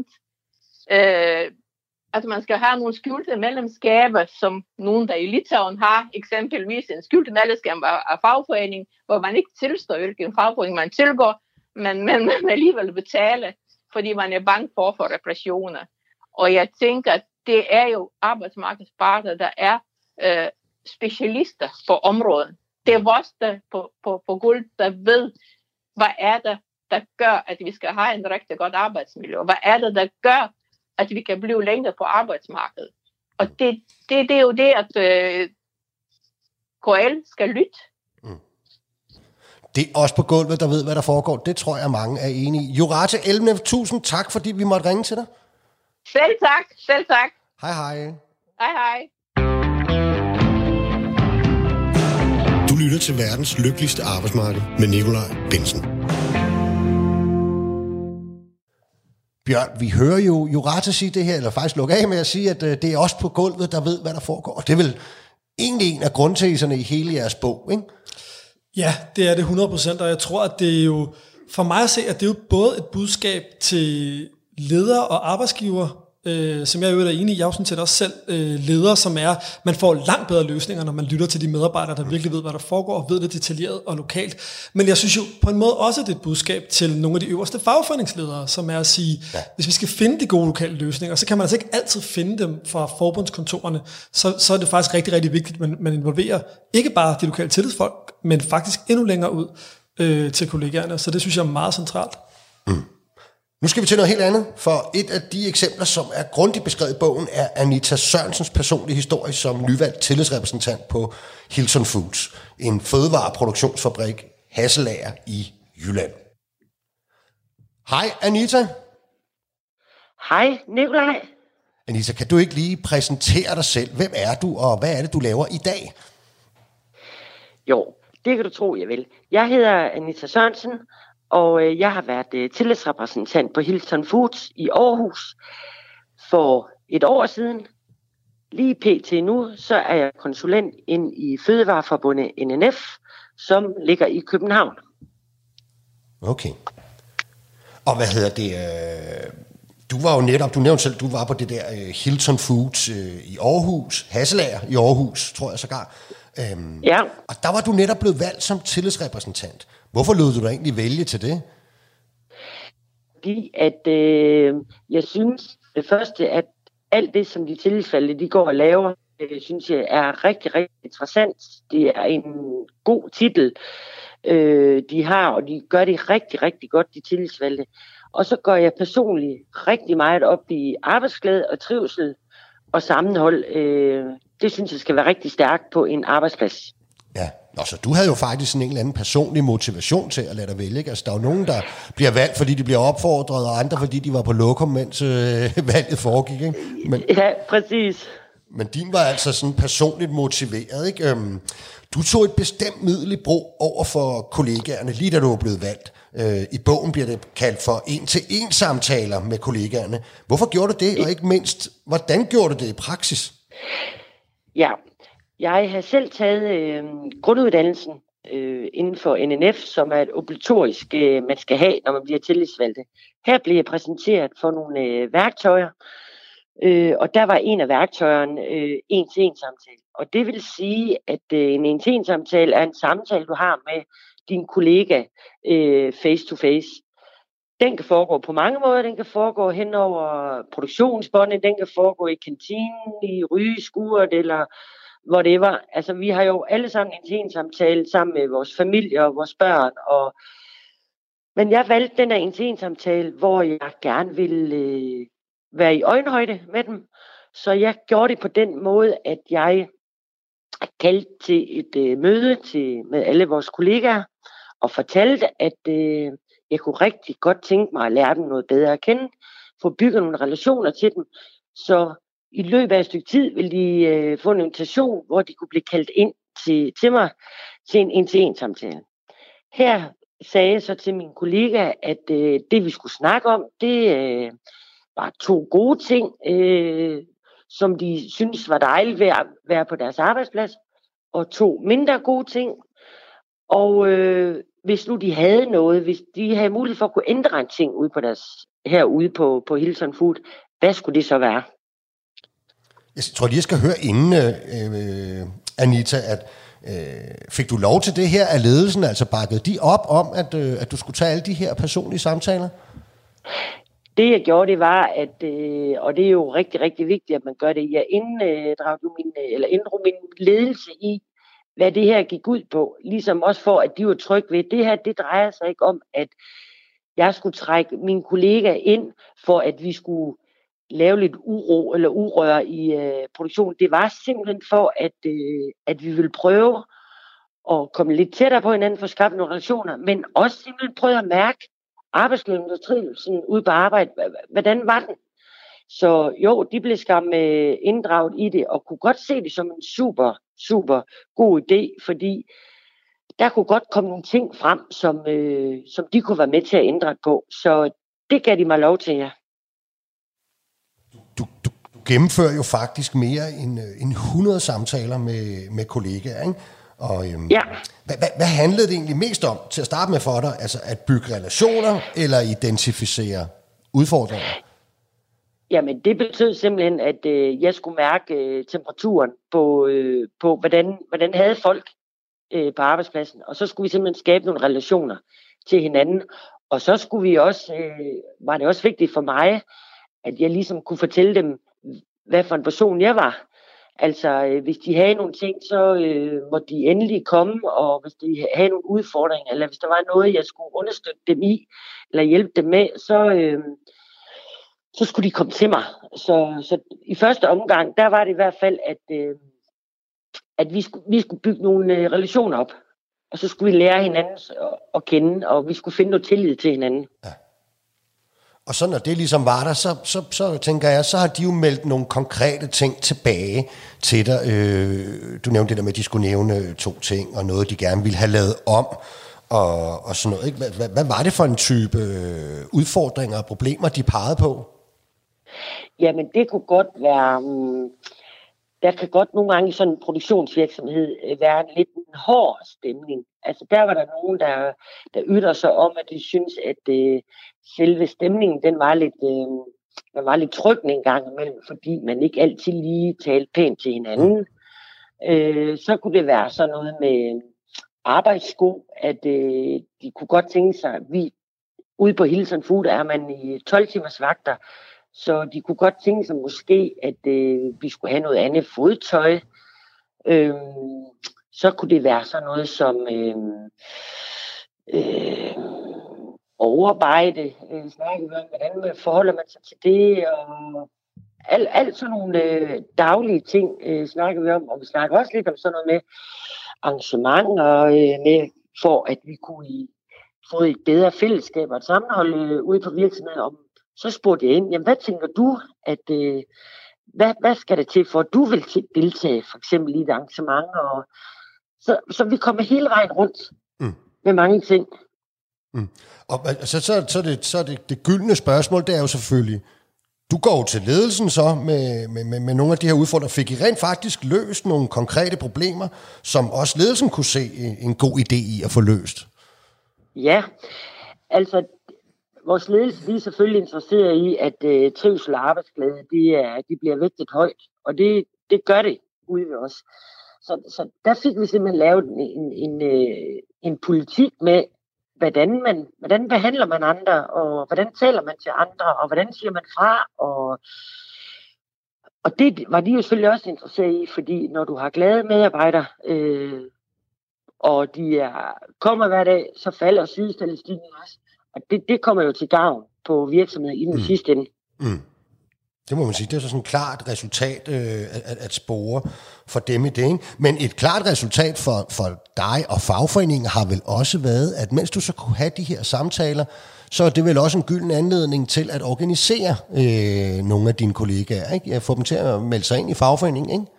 Øh, at man skal have nogle skjulte medlemskaber, som nogen der i Litauen har, eksempelvis en skjulte medlemskab af fagforening, hvor man ikke tilstår, hvilken fagforening man tilgår, men, men man alligevel betaler, fordi man er bange for for repressioner. Og jeg tænker, at det er jo arbejdsmarkedsparter, der er øh, specialister på området. Det er vores der på, på, på guld, der ved, hvad er det, der gør, at vi skal have en rigtig godt arbejdsmiljø. Hvad er det, der gør, at vi kan blive længere på arbejdsmarkedet. Og det, det, det er jo det, at øh, K L skal lytte. Mm. Det er også på gulvet, der ved, hvad der foregår. Det tror jeg, mange er enige i. Jurate Elmlev, tusind tak, fordi vi måtte ringe til dig. Selv tak, selv tak. Hej hej. Hej hej. Du lytter til verdens lykkeligste arbejdsmarked med Nikolaj Bensen. Bjørn, vi hører jo, jo ret at sige det her, eller faktisk lukke af med at sige, at det er os på gulvet, der ved, hvad der foregår. Og det er vel egentlig en af grundteserne i hele jeres bog, ikke? Ja, det er det hundrede procent, og jeg tror, at det er jo, for mig at se, at det er jo både et budskab til ledere og arbejdsgivere, øh, som jeg jo er enig i. Jeg er jo sådan set også selv øh, leder, som er, man får langt bedre løsninger, når man lytter til de medarbejdere, der virkelig ved, hvad der foregår, og ved det detaljeret og lokalt. Men jeg synes jo på en måde også, at det er et budskab til nogle af de øverste fagforeningsledere, som er at sige, ja. Hvis vi skal finde de gode lokale løsninger, så kan man altså ikke altid finde dem fra forbundskontorerne, så, så er det faktisk rigtig, rigtig vigtigt, at man, man involverer ikke bare de lokale tillidsfolk, men faktisk endnu længere ud øh, til kollegaerne, så det synes jeg er meget centralt. Mm. Nu skal vi til noget helt andet, for et af de eksempler, som er grundigt beskrevet i bogen, er Anita Sørensens personlige historie som nyvalgt tillidsrepræsentant på Hilton Foods, en fødevareproduktionsfabrik, Hasselager i Jylland. Hej Anita. Hej Nikolaj. Anita, kan du ikke lige præsentere dig selv? Hvem er du, og hvad er det, du laver i dag? Jo, det kan du tro, jeg vil. Jeg hedder Anita Sørensen, og jeg har været uh, tillidsrepræsentant på Hilton Foods i Aarhus for et år siden. Lige pt. nu, så er jeg konsulent ind i Fødevareforbundet N N F, som ligger i København. Okay. Og hvad hedder det? Øh, du var jo netop, du nævnte selv, du var på det der øh, Hilton Foods øh, i Aarhus, Hasselager i Aarhus, tror jeg sågar. Øhm, ja. Og der var du netop blevet valgt som tillidsrepræsentant. Hvorfor lod du dig egentlig vælge til det? Fordi at øh, jeg synes det første, at alt det, som de tillidsvalgte, de går og laver, øh, synes jeg er rigtig, rigtig interessant. Det er en god titel, øh, de har, og de gør det rigtig, rigtig godt, de tillidsvalgte. Og så går jeg personligt rigtig meget op i arbejdsglæde og trivsel og sammenhold. Øh, det synes jeg skal være rigtig stærkt på en arbejdsplads. Ja, og så du havde jo faktisk en eller anden personlig motivation til at lade dig vælge. Altså, der er jo nogen, der bliver valgt, fordi de bliver opfordret, og andre, fordi de var på lokum, mens øh, valget foregik, ikke? Men, ja, præcis. Men din var altså sådan personligt motiveret, ikke? Øhm, du tog et bestemt middel i brug over for kollegaerne, lige da du var blevet valgt. Øh, I bogen bliver det kaldt for en-til-en samtaler med kollegaerne. Hvorfor gjorde du det, og ikke mindst, hvordan gjorde du det i praksis? Ja, jeg har selv taget øh, grunduddannelsen øh, inden for N N F, som er et obligatorisk, øh, man skal have, når man bliver tillidsvalgt. Her blev jeg præsenteret for nogle øh, værktøjer, øh, og der var en af værktøjerne øh, en-til-en samtale. Og det vil sige, at øh, en en-til-en samtale er en samtale, du har med din kollega øh, face to face. Den kan foregå på mange måder. Den kan foregå hen over produktionsbåndet, den kan foregå i kantinen, i rygeskuret eller whatever. Altså, vi har jo alle sammen en en samtale sammen med vores familie og vores børn. Og men jeg valgte den her en-til-en samtale, hvor jeg gerne ville øh, være i øjenhøjde med dem. Så jeg gjorde det på den måde, at jeg kaldte til et øh, møde til, med alle vores kollegaer og fortalte, at øh, jeg kunne rigtig godt tænke mig at lære dem noget bedre at kende, få bygget nogle relationer til dem, så i løbet af et stykke tid ville de øh, få en invitation, hvor de kunne blive kaldt ind til, til mig til en en-til-en samtale. Her sagde jeg så til mine kollegaer, at øh, det vi skulle snakke om, det øh, var to gode ting, øh, som de syntes var dejligt ved at være på deres arbejdsplads, og to mindre gode ting. Og øh, hvis nu de havde noget, hvis de havde mulighed for at kunne ændre en ting ude på deres, herude på, på Hilton Food, hvad skulle det så være? Jeg tror lige, jeg skal høre inden, øh, Anita, at øh, fik du lov til det her af ledelsen, altså bakkede de op om, at, øh, at du skulle tage alle de her personlige samtaler? Det jeg gjorde, det var, at, øh, og det er jo rigtig, rigtig vigtigt, at man gør det, jeg inddragte min, eller inddrog min ledelse i, hvad det her gik ud på. Ligesom også for, at de var trygge ved, det her, det drejer sig ikke om, at jeg skulle trække mine kollegaer ind, for at vi skulle lave lidt uro eller urør i øh, produktionen. Det var simpelthen for, at, øh, at vi ville prøve at komme lidt tættere på hinanden for at skabe nogle relationer, men også simpelthen prøve at mærke arbejdsglæden og trivelsen ude på arbejde. Hvordan var den? Så jo, de blev skam inddraget i det, og kunne godt se det som en super, super god idé, fordi der kunne godt komme nogle ting frem, som, øh, som de kunne være med til at ændre på. Så det gav de mig lov til, ja. Du, du, du gennemfører jo faktisk mere end, end hundrede samtaler med, med kollegaer, ikke? Og, øhm, ja. hvad, hvad, hvad handlede det egentlig mest om til at starte med for dig? Altså at bygge relationer eller identificere udfordringer? Jamen, det betød simpelthen, at øh, jeg skulle mærke øh, temperaturen på, øh, på hvordan, hvordan havde folk øh, på arbejdspladsen. Og så skulle vi simpelthen skabe nogle relationer til hinanden. Og så skulle vi også, øh, var det også vigtigt for mig, at jeg ligesom kunne fortælle dem, hvad for en person jeg var. Altså, øh, hvis de havde nogle ting, så øh, måtte de endelig komme, og hvis de havde nogle udfordringer, eller hvis der var noget, jeg skulle understøtte dem i, eller hjælpe dem med, så, øh, så skulle de komme til mig. Så, så i første omgang, der var det i hvert fald, at, øh, at vi, skulle, vi skulle bygge nogle øh, relationer op. Og så skulle vi lære hinanden at, at kende, og vi skulle finde noget tillid til hinanden. Ja. Og så når det ligesom var der, så, så, så tænker jeg, så har de jo meldt nogle konkrete ting tilbage til dig. Øh, du nævnte det der med, at de skulle nævne to ting, og noget, de gerne ville have lavet om, og, og sådan noget. Ikke? Hvad, hvad, hvad var det for en type udfordringer og problemer, de pegede på? Jamen, det kunne godt være... Um, der kan godt nogle gange i sådan en produktionsvirksomhed være en lidt en hård stemning. Altså, der var der nogen, der, der ytter sig om, at de synes, at øh, selve stemningen, den var lidt, øh, den var lidt tryggende en gang imellem, fordi man ikke altid lige talte pænt til hinanden. Øh, så kunne det være sådan noget med arbejdssko, at øh, de kunne godt tænke sig, at vi ude på Hilton Food er man i tolv timers vagter, så de kunne godt tænke sig måske, at øh, vi skulle have noget andet fodtøj. Øh, så kunne det være sådan noget som øh, øh, overarbejde, øh, snakke om, hvordan man forholder man sig til det, og alt, alt sådan nogle øh, daglige ting øh, snakker vi om, og vi snakker også lidt om sådan noget med arrangementer, øh, med, for at vi kunne få et bedre fællesskab og et sammenhold øh, ude på virksomheden. Om, så spurgte jeg ind, jamen hvad tænker du, at øh, hvad, hvad skal det til for, at du vil deltage for eksempel i et arrangement, og så, så vi kommer hele vejen rundt mm. med mange ting. Mm. Og så, så, så, det, så det, det gyldne spørgsmål, det er jo selvfølgelig, du går til ledelsen så med, med, med, med nogle af de her udfordringer. Fik I rent faktisk løst nogle konkrete problemer, som også ledelsen kunne se en god idé i at få løst? Ja, altså vores ledelse, de er selvfølgelig interesseret i, at uh, trivsel og arbejdsglæde, de, er, de bliver vægtet højt, og det, det gør det ude ved os. Så, så der fik vi simpelthen lavet en, en, en, en politik med, hvordan, man, hvordan behandler man andre, og hvordan taler man til andre, og hvordan siger man fra. Og, og det var de jo selvfølgelig også interesseret i, fordi når du har glade medarbejdere, øh, og de er, kommer hver dag, så falder sygestatistikken også. Og det, det kommer jo til gavn på virksomheden i den mm. sidste ende. Mm. Det må man sige, det er så sådan et klart resultat øh, at, at spore for dem i det, ikke? Men et klart resultat for, for dig og fagforeningen har vel også været, at mens du så kunne have de her samtaler, så er det vel også en gylden anledning til at organisere øh, nogle af dine kollegaer, ikke? At få dem til at melde sig ind i fagforeningen, ikke?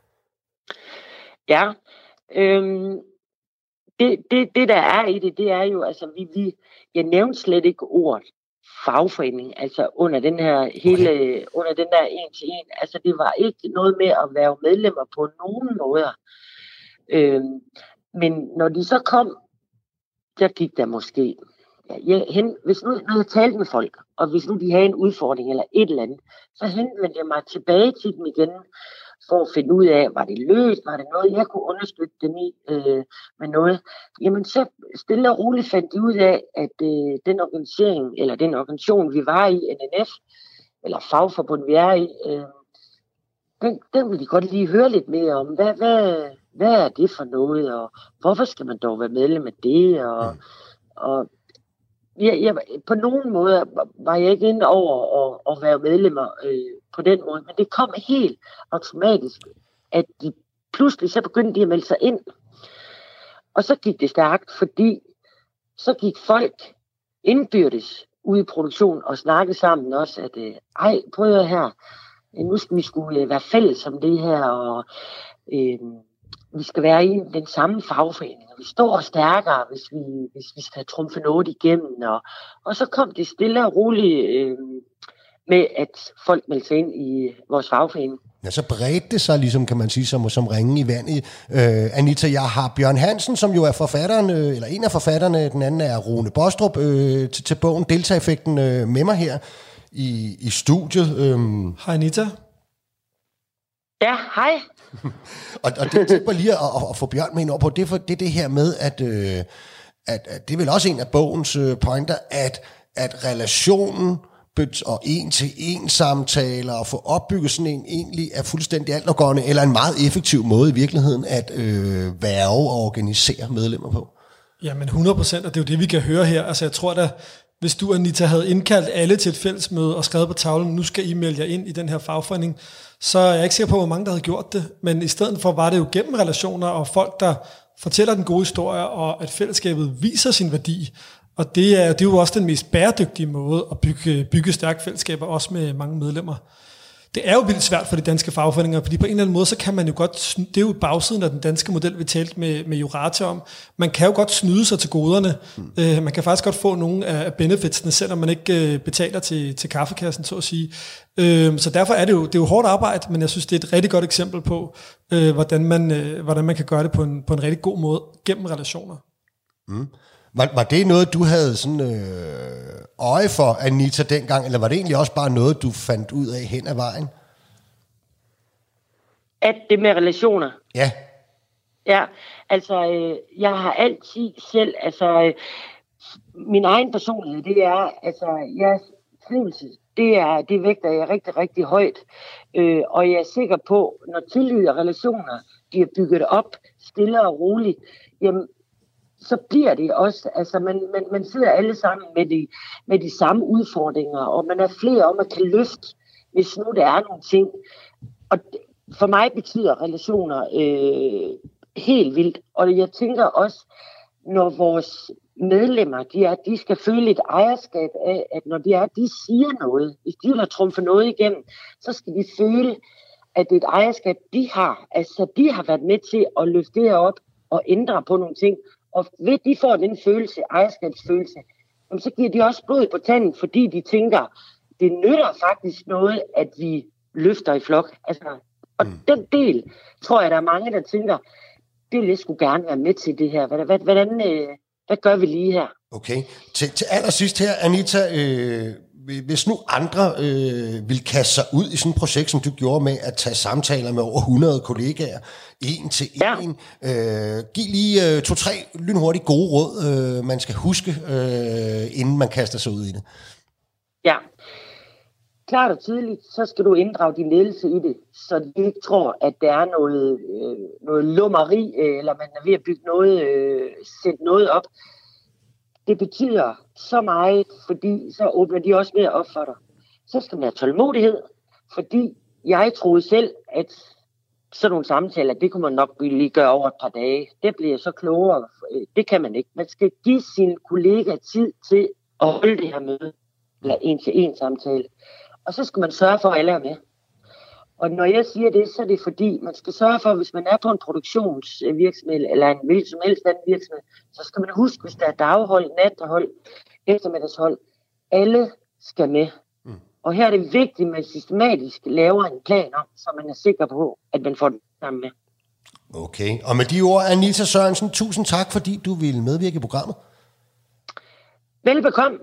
Ja, øhm, det, det, det der er i det, det er jo, altså vi, vi jeg nævnte slet ikke ordet fagforening, altså under den her hele, okay. under den der en til en, altså det var ikke noget med at være medlemmer på nogen måder. Øhm, men når de så kom, der gik der måske, ja, jeg, hen, hvis nu når jeg talte med folk, og hvis nu de havde en udfordring eller et eller andet, så henvendte jeg mig tilbage til dem igen, for at finde ud af, var det løst, var det noget, jeg kunne understøtte dem i øh, med noget. Jamen så stille og roligt fandt de ud af, at øh, den organisering, eller den organisation, vi var i, N N F, eller fagforbund, vi er i, øh, den, den vil de godt lige høre lidt mere om. Hvad, hvad, hvad er det for noget, og hvorfor skal man dog være medlem af det? Og, mm. og jeg, jeg, på nogen måde var jeg ikke inde over at, at være medlemmer øh, på den måde, men det kom helt automatisk, at de pludselig så begyndte de at melde sig ind. Og så gik det stærkt, fordi så gik folk indbyrdes ude i produktionen og snakkede sammen også, at øh, ej, prøv her, nu skal vi skulle være fælles om det her, og øh, vi skal være i den samme fagforening, og vi står stærkere, hvis vi, hvis vi skal trumfe noget igennem. Og, og så kom det stille og roligt øh, med, at folk meldte sig ind i vores fagforening. Ja, så bredte det sig, ligesom kan man sige, som, som ringen i vandet. Øh, Anita, jeg har Bjørn Hansen, som jo er forfatteren, øh, eller en af forfatterne, den anden er Rune Bostrup, øh, til, til bogen Deltagereffekten øh, med mig her i, i studiet. Øh. Hej Anita. Ja, hej. og, og det tænker lige at, at, at få Bjørn med ind over på, det er for, det, er det her med, at, øh, at, at det er vel også en af bogens øh, pointer, at, at relationen og en-til-en samtaler og få opbygget sådan en egentlig er fuldstændig altafgående, eller en meget effektiv måde i virkeligheden at øh, værge og organisere medlemmer på. Jamen hundrede procent, og det er jo det, vi kan høre her. Altså jeg tror da, hvis du, Anita, havde indkaldt alle til et fællesmøde og skrevet på tavlen, nu skal I melde jer ind i den her fagforening, så er jeg ikke sikker på, hvor mange der havde gjort det. Men i stedet for var det jo gennem relationer og folk, der fortæller den gode historie, og at fællesskabet viser sin værdi. Og det er, det er jo også den mest bæredygtige måde at bygge, bygge stærke fællesskaber, også med mange medlemmer. Det er jo vildt svært for de danske fagforeninger, fordi på en eller anden måde, så kan man jo godt, det er jo bagsiden af den danske model, vi talte med, med Jurate om. Man kan jo godt snyde sig til goderne. Mm. Uh, man kan faktisk godt få nogle af benefitsene, selvom man ikke uh, betaler til, til kaffekassen, så at sige. Uh, så derfor er det, jo, det er jo hårdt arbejde, men jeg synes, det er et rigtig godt eksempel på, uh, hvordan, man, uh, hvordan man kan gøre det på en, på en rigtig god måde gennem relationer. Mm. Var, var det noget, du havde sådan øh, øje for, Anita, dengang, eller var det egentlig også bare noget, du fandt ud af hen ad vejen? At det med relationer? Ja. Ja, altså, øh, jeg har altid selv, altså, øh, min egen personlighed, det er, altså, jeg trivsel, det er, det vægter jeg rigtig, rigtig højt, øh, og jeg er sikker på, når tillid og relationer, de er bygget op stille og roligt, jamen, så bliver det også, altså man, man, man sidder alle sammen med de, med de samme udfordringer, og man er flere om at kan løfte, hvis nu der er nogle ting. Og for mig betyder relationer øh, helt vildt, og jeg tænker også, når vores medlemmer, de, er, de skal føle et ejerskab af, at når de er, de siger noget, hvis de vil trumfe noget igennem, så skal de føle, at det er et ejerskab, de har. Altså, de har været med til at løfte det op og ændre på nogle ting. Og ved de får den følelse, ejerskabsfølelse, så giver de også blod på tanden, fordi de tænker, det nytter faktisk noget, at vi løfter i flok. Altså, og mm. den del, tror jeg, der er mange, der tænker, det vil jeg sgu gerne være med til det her. Hvordan, hvordan, hvad gør vi lige her? Okay. Til, til allersidst her, Anita, øh, hvis nu andre øh, vil kaste sig ud i sådan et projekt, som du gjorde med at tage samtaler med over hundrede kollegaer, en til ja. en, øh, giv lige øh, to-tre lynhurtigt gode råd, øh, man skal huske, øh, inden man kaster sig ud i det. Ja. Klart og tydeligt, så skal du inddrage din ledelse i det, så de ikke tror, at der er noget, øh, noget lummeri, øh, eller man er ved at bygge noget, øh, sætte noget op. Det betyder så meget, fordi så åbner de også mere op for dig. Så skal man have tålmodighed, fordi jeg troede selv, at sådan nogle samtaler, det kunne man nok lige gøre over et par dage. Det bliver så klogere. Det kan man ikke. Man skal give sine kollegaer tid til at holde det her møde, eller en-til-en samtale. Og så skal man sørge for, at alle er med. Og når jeg siger det, så er det fordi, man skal sørge for, hvis man er på en produktionsvirksomhed, eller en hvilken som helst anden virksomhed, så skal man huske, hvis der er daghold, nathold, eftermiddagshold, alle skal med. Mm. Og her er det vigtigt, at man systematisk laver en plan om, så man er sikker på, at man får den sammen med. Okay, og med de ord, Anita Sørensen, tusind tak, fordi du ville medvirke i programmet. Velbekomme.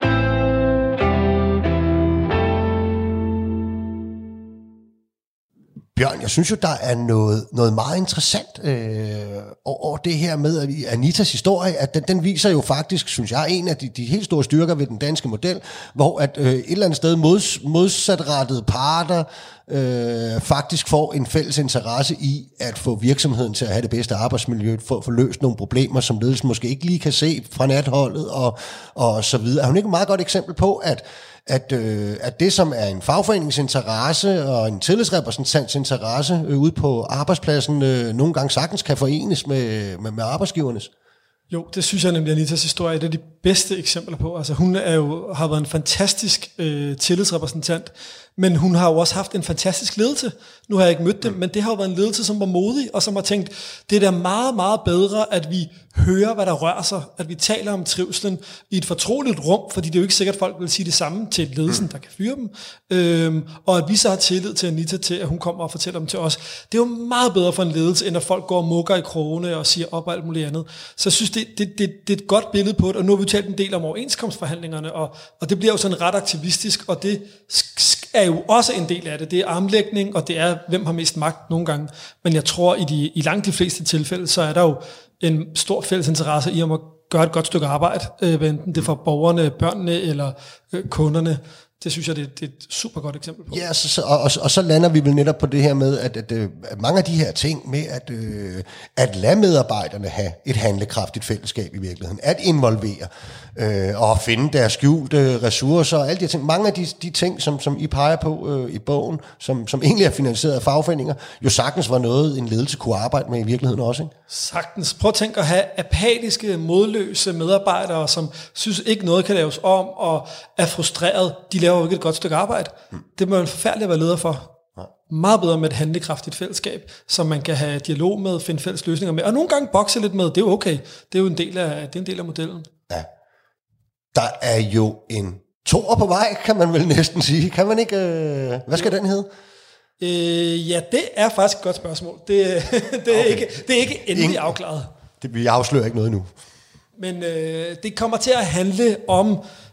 Bjørn, jeg synes jo, der er noget, noget meget interessant øh, over det her med at Anitas historie, at den, den viser jo faktisk, synes jeg, en af de, de helt store styrker ved den danske model, hvor at øh, et eller andet sted mods, modsatrettede parter øh, faktisk får en fælles interesse i at få virksomheden til at have det bedste arbejdsmiljø, for at få løst nogle problemer, som ledelsen måske ikke lige kan se fra natholdet og, og så videre. Er hun ikke et meget godt eksempel på, at At, øh, at det, som er en fagforeningsinteresse og en tillidsrepræsentants interesse øh, ude på arbejdspladsen, øh, nogle gange sagtens kan forenes med, med, med arbejdsgivernes? Jo, det synes jeg nemlig, Anitas historie er et af de bedste eksempler på. Altså hun er jo, har været en fantastisk øh, tillidsrepræsentant, men hun har jo også haft en fantastisk ledelse. Nu har jeg ikke mødt dem, men det har jo været en ledelse, som var modig, og som har tænkt, det er da meget, meget bedre, at vi hører, hvad der rører sig, at vi taler om trivselen i et fortroligt rum, fordi det er jo ikke sikkert, at folk vil sige det samme til ledelsen, der kan fyre dem, øhm, og at vi så har tillid til Anita til, at hun kommer og fortæller dem til os. Det er jo meget bedre for en ledelse, end at folk går og mukker i krogene og siger op og alt muligt andet. Så jeg synes, det, det, det, det er et godt billede på det, og nu har vi talt en del om overenskomstforhandlingerne, og, og det bliver jo sådan ret aktivistisk, og det er jo også en del af det. Det er armlægning, og det er, hvem har mest magt nogle gange. Men jeg tror, i, de, i langt de fleste tilfælde, så er der jo en stor fælles interesse i om at gøre et godt stykke arbejde, øh, enten det for borgerne, børnene eller øh, kunderne. Det synes jeg, det, det er et super godt eksempel på. Ja, så, så, og, og, og så lander vi vel netop på det her med, at, at, at mange af de her ting med, at, øh, at lade medarbejderne have et handlekraftigt fællesskab i virkeligheden, at involvere øh, og finde deres skjulte ressourcer og alle de ting. Mange af de, de ting, som, som I peger på øh, i bogen, som, som egentlig er finansieret af fagforeninger, jo sagtens var noget, en ledelse kunne arbejde med i virkeligheden også, ikke? Sagtens. Prøv at tænke at have apatiske, modløse medarbejdere, som synes ikke noget kan laves om, og er frustreret. De laver jo ikke et godt stykke arbejde. Hmm. Det må man forfærdeligt at være leder for. Ja. Meget bedre med et handlekraftigt fællesskab, som man kan have dialog med, finde fælles løsninger med, og nogle gange bokse lidt med. Det er jo okay. Det er jo en del af, det er en del af modellen. Ja. Der er jo en toer på vej, kan man vel næsten sige. Kan man ikke... Øh, hvad skal jo. den hedde? Øh, ja, det er faktisk et godt spørgsmål. Det, det, er, okay. ikke, det er ikke endelig Ingen, afklaret. Det, vi afslører ikke noget nu. Men øh, det kommer til at handle om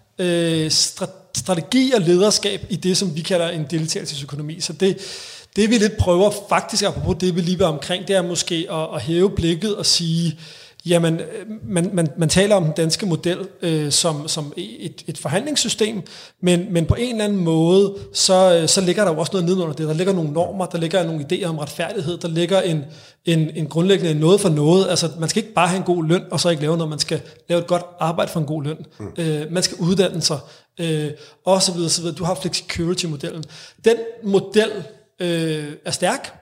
øh, strategi og lederskab i det, som vi kalder en deltagelsesøkonomi. Så det, det vi lidt prøver faktisk, apropos det vi lige var omkring, det er måske at, at hæve blikket og sige, jamen, man, man, man taler om den danske model øh, som, som et, et forhandlingssystem, men, men på en eller anden måde, så, så ligger der jo også noget nedenunder det. Der ligger nogle normer, der ligger nogle idéer om retfærdighed, der ligger en, en, en grundlæggende noget for noget. Altså, man skal ikke bare have en god løn, og så ikke lave noget. Man skal lave et godt arbejde for en god løn. Mm. Øh, man skal uddanne sig, øh, og så videre, så videre. Du har flexicurity-modellen. Den model øh, er stærk,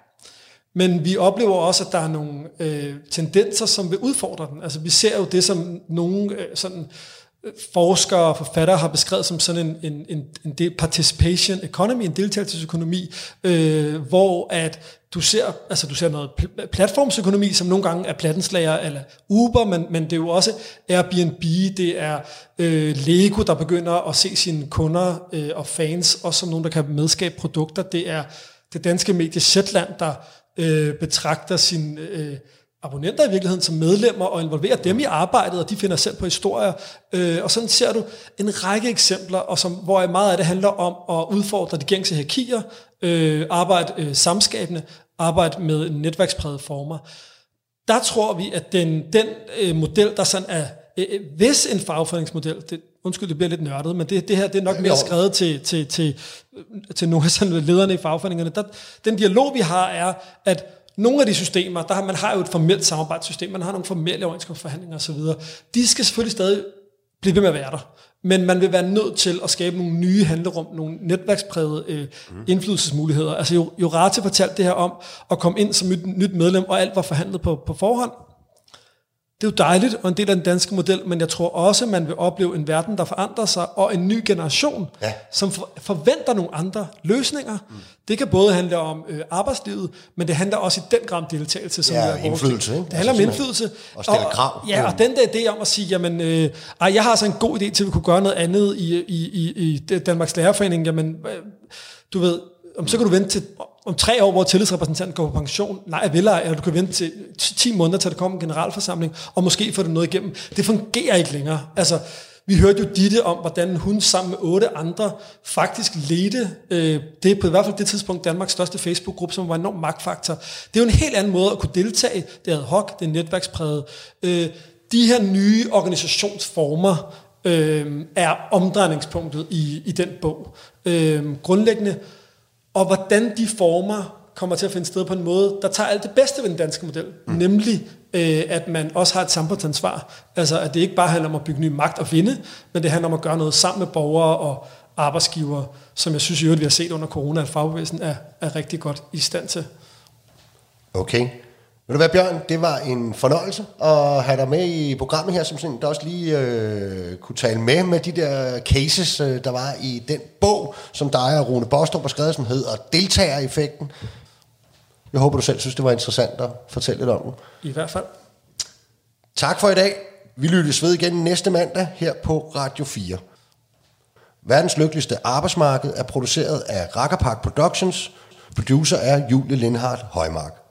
men vi oplever også, at der er nogle øh, tendenser, som vil udfordre den. Altså vi ser jo det, som nogle øh, sådan, øh, forskere og forfattere har beskrevet som sådan en, en, en, en del participation economy, en deltagelsesøkonomi, øh, hvor at du ser, altså du ser noget pl- platformsøkonomi, som nogle gange er plattenslager eller Uber, men, men det er jo også Airbnb, det er øh, Lego, der begynder at se sine kunder øh, og fans, også som nogen, der kan medskabe produkter. Det er det danske medie Zetland, der Øh, betragter sine øh, abonnenter i virkeligheden som medlemmer og involverer dem i arbejdet, og de finder selv på historier. Øh, og sådan ser du en række eksempler, og som, hvor meget af det handler om at udfordre de gængse hierarkier, øh, arbejde øh, samskabende, arbejde med netværksprægede former. Der tror vi, at den, den øh, model, der sådan er, øh, hvis en fagforeningsmodel, det, undskyld, det bliver lidt nørdet, men det, det her det er nok mere skrevet til, til, til, til nogle af sådan lederne i fagforeningerne. Der, den dialog, vi har, er, at nogle af de systemer, der har, man har jo et formelt samarbejdssystem, man har nogle formelle overenskomstforhandlinger osv., de skal selvfølgelig stadig blive ved med at være der. Men man vil være nødt til at skabe nogle nye handlerum, nogle netværksprægede øh, indflydelsesmuligheder. Altså jo, jo Rate fortalte det her om at komme ind som nyt, nyt medlem, og alt var forhandlet på, på forhånd. Det er jo dejligt og en del af den danske model, men jeg tror også, man vil opleve en verden, der forandrer sig, og en ny generation, ja. som for, forventer nogle andre løsninger. Mm. Det kan både handle om øh, arbejdslivet, men det handler også i den grad om deltagelse. Som ja, er indflydelse. Ikke? Det handler altså, om indflydelse. Og stille krav. Ja, og den der idé om at sige, jamen, øh, ej, jeg har altså en god idé til, at vi kunne gøre noget andet i, i, i, i Danmarks Lærerforening. Jamen, øh, du ved, om så kan du vente til om tre år, hvor tillidsrepræsentanten går på pension. Nej, jeg vil ej, eller du kan vente til ti måneder, til der kommer en generalforsamling, og måske får du noget igennem. Det fungerer ikke længere. Altså, vi hørte jo Ditte om, hvordan hun sammen med otte andre faktisk ledte øh, det på i hvert fald det tidspunkt Danmarks største Facebook-gruppe, som var en enorm magtfaktor. Det er jo en helt anden måde at kunne deltage. Det er ad hoc, det er netværkspræget. Øh, de her nye organisationsformer øh, er omdrejningspunktet i, i den bog. Øh, grundlæggende. Og hvordan de former kommer til at finde sted på en måde, der tager alt det bedste ved den danske model, mm. nemlig øh, at man også har et samfundsansvar. Altså at det ikke bare handler om at bygge ny magt og vinde, men det handler om at gøre noget sammen med borgere og arbejdsgivere, som jeg synes i øvrigt, vi har set under corona, at fagbevægelsen er, er rigtig godt i stand til. Okay. Ved du hvad, Bjørn, det var en fornøjelse at have dig med i programmet her, som sådan, der også lige øh, kunne tale med med de der cases, øh, der var i den bog, som dig og Rune Bostrup har skrevet, som hedder Deltagereffekten. Jeg håber, du selv synes, det var interessant at fortælle lidt om den. I hvert fald. Tak for i dag. Vi lyttes ved igen næste mandag her på Radio fire. Verdens lykkeligste arbejdsmarked er produceret af Rakkerpark Productions. Producer er Julie Lindhardt Højmark.